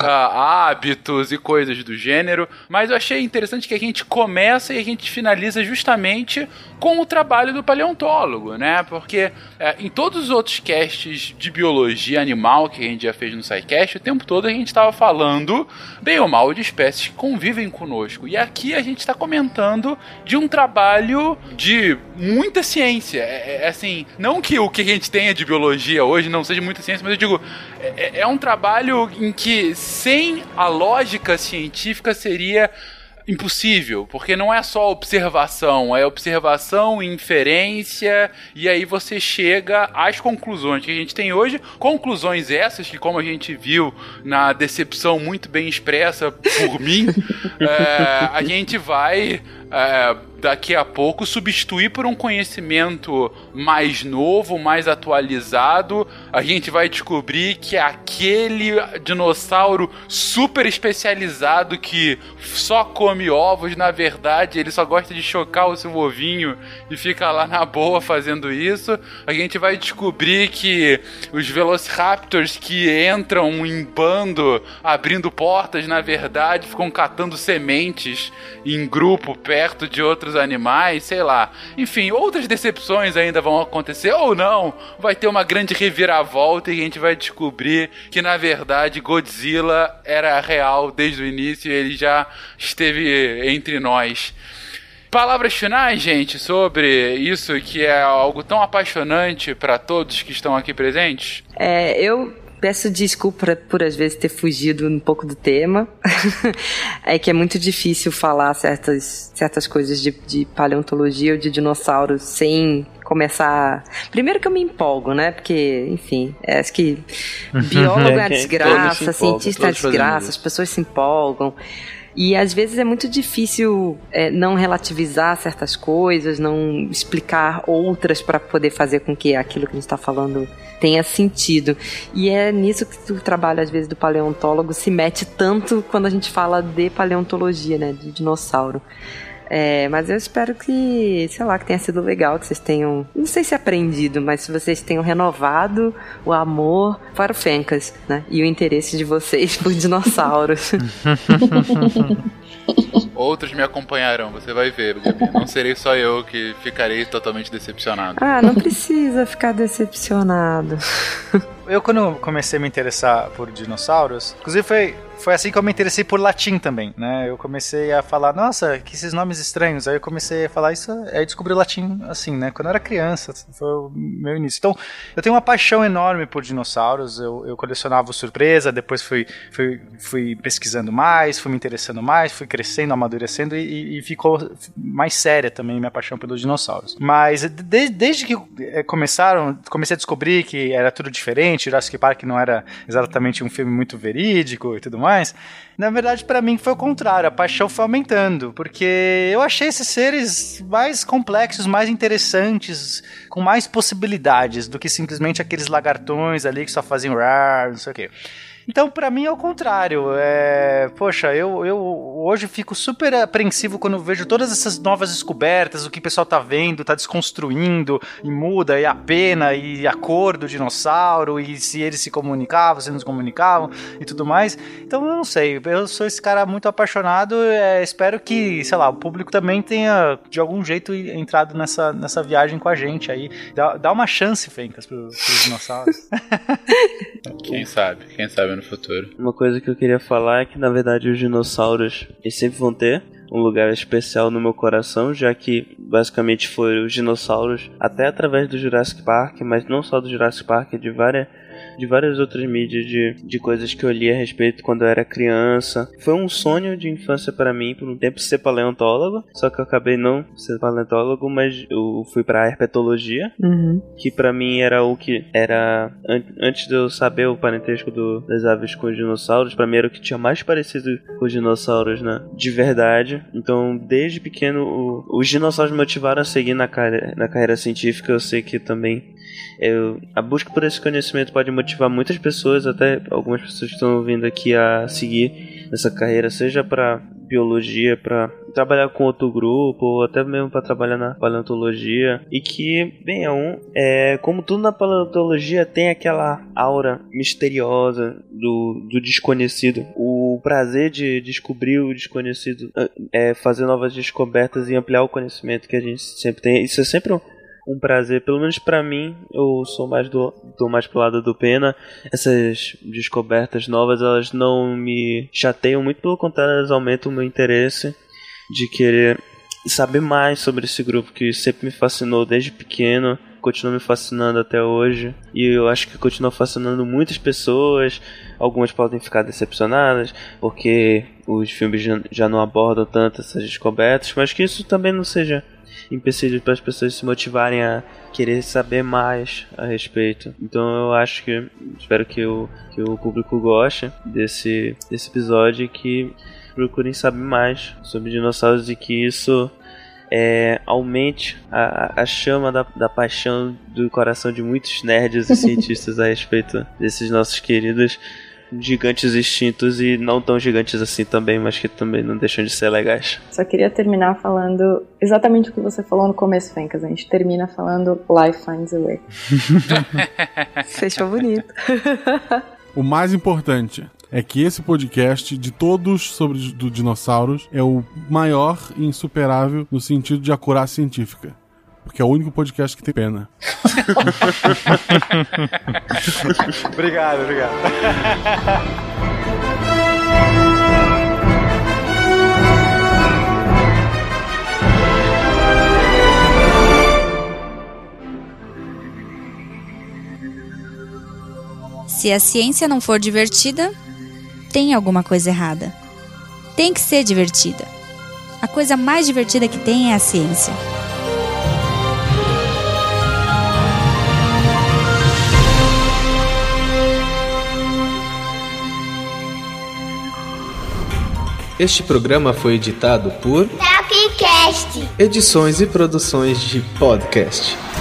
hábitos e coisas do gênero. Mas eu achei interessante que a gente começa e a gente finaliza justamente com o trabalho do paleontólogo, né? Porque em todos os outros casts de biologia animal que a gente já fez no SciCast, o tempo todo a gente estava falando, bem ou mal, de espécies que convivem conosco. E aqui a gente está comentando de um trabalho de muita ciência. Assim, não que o que a gente tenha de biologia hoje não seja muita ciência, mas eu digo, é um trabalho em que sem a lógica científica seria impossível, porque não é só observação, é observação, inferência, e aí você chega às conclusões que a gente tem hoje, conclusões essas que, como a gente viu na decepção muito bem expressa por mim, a gente vai daqui a pouco substituir por um conhecimento mais novo, mais atualizado. A gente vai descobrir que aquele dinossauro super especializado que só come ovos, na verdade ele só gosta de chocar o seu ovinho e fica lá na boa fazendo isso. A gente vai descobrir que os velociraptors que entram em bando abrindo portas, na verdade ficam catando sementes em grupo perto de outros animais, sei lá. Enfim, outras decepções ainda vão acontecer, ou não. Vai ter uma grande reviravolta e a gente vai descobrir que, na verdade, Godzilla era real desde o início e ele já esteve entre nós. Palavras finais, gente, sobre isso que é algo tão apaixonante para todos que estão aqui presentes? Eu peço desculpa por às vezes ter fugido um pouco do tema. É que é muito difícil falar certas coisas de paleontologia ou de dinossauros sem começar... Primeiro que eu me empolgo, né? Porque, enfim, acho que biólogo é uma desgraça, cientista é desgraça, as pessoas se empolgam. E às vezes é muito difícil não relativizar certas coisas, não explicar outras para poder fazer com que aquilo que a gente está falando tenha sentido. E é nisso que o trabalho, às vezes, do paleontólogo se mete tanto quando a gente fala de paleontologia, né, de dinossauro. Mas eu espero que, sei lá, que tenha sido legal, que vocês tenham, não sei se aprendido, mas se vocês tenham renovado o amor para o Fencas, né? E o interesse de vocês por dinossauros. Outros me acompanharão, você vai ver, Gabi. Não serei só eu que ficarei totalmente decepcionado. Não precisa ficar decepcionado. Eu quando comecei a me interessar por dinossauros, inclusive foi assim que eu me interessei por latim também, né? Eu comecei a falar, nossa, que esses nomes estranhos. Aí eu comecei a falar isso, aí descobri o latim assim, né? Quando eu era criança, foi o meu início. Então, eu tenho uma paixão enorme por dinossauros. Eu colecionava o Surpresa, depois fui pesquisando mais, fui me interessando mais, fui crescendo, amadurecendo e ficou mais séria também minha paixão pelos dinossauros. Mas desde que comecei a descobrir que era tudo diferente, Jurassic Park não era exatamente um filme muito verídico e tudo mais, na verdade pra mim foi o contrário, a paixão foi aumentando, porque eu achei esses seres mais complexos, mais interessantes, com mais possibilidades do que simplesmente aqueles lagartões ali que só faziam rar, não sei o quê. Então, pra mim é o contrário. Poxa, eu hoje fico super apreensivo quando vejo todas essas novas descobertas, o que o pessoal tá vendo, tá desconstruindo, e muda, e a pena, e a cor do dinossauro, e se eles se comunicavam, se não se comunicavam, e tudo mais. Então, eu não sei, eu sou esse cara muito apaixonado, espero que, sei lá, o público também tenha, de algum jeito, entrado nessa viagem com a gente aí. Dá uma chance, Fencas, pros dinossauros. Quem sabe no futuro. Uma coisa que eu queria falar é que, na verdade, os dinossauros, eles sempre vão ter um lugar especial no meu coração, já que basicamente foram os dinossauros, até através do Jurassic Park, mas não só do Jurassic Park, de várias outras mídias de coisas que eu li a respeito quando eu era criança. Foi um sonho de infância para mim, por um tempo, ser paleontólogo, só que eu acabei não sendo paleontólogo, mas eu fui pra herpetologia, que pra mim era o que era, antes de eu saber o parentesco das aves com os dinossauros, pra mim era o que tinha mais parecido com os dinossauros, né, de verdade. Então, desde pequeno, os dinossauros me motivaram a seguir na carreira científica. Eu sei que também a busca por esse conhecimento pode motivar muitas pessoas, até algumas pessoas que estão vindo aqui a seguir nessa carreira, seja para biologia, para trabalhar com outro grupo, ou até mesmo para trabalhar na paleontologia. E que, bem, como tudo na paleontologia tem aquela aura misteriosa do desconhecido. O prazer de descobrir o desconhecido, fazer novas descobertas e ampliar o conhecimento que a gente sempre tem. Isso é sempre um prazer, pelo menos pra mim. Eu sou tô mais pro lado do Pena. Essas descobertas novas, elas não me chateiam, muito pelo contrário, elas aumentam o meu interesse de querer saber mais sobre esse grupo que sempre me fascinou desde pequeno, continua me fascinando até hoje, e eu acho que continua fascinando muitas pessoas. Algumas podem ficar decepcionadas porque os filmes já não abordam tanto essas descobertas, mas que isso também não seja empecilho para as pessoas se motivarem a querer saber mais a respeito. Então eu espero que o público goste desse episódio e que procurem saber mais sobre dinossauros, e que isso aumente a chama da paixão do coração de muitos nerds e cientistas a respeito desses nossos queridos gigantes extintos, e não tão gigantes assim também, mas que também não deixam de ser legais. Só queria terminar falando exatamente o que você falou no começo, Fencas. A gente termina falando Life Finds a Way. Fechou bonito. O mais importante é que esse podcast, de todos sobre dinossauros, é o maior e insuperável no sentido de acurácia científica. Porque é o único podcast que tem pena. Obrigado. Se a ciência não for divertida, tem alguma coisa errada. Tem que ser divertida. A coisa mais divertida que tem é a ciência. Este programa foi editado por Tapcast. Edições e produções de podcast.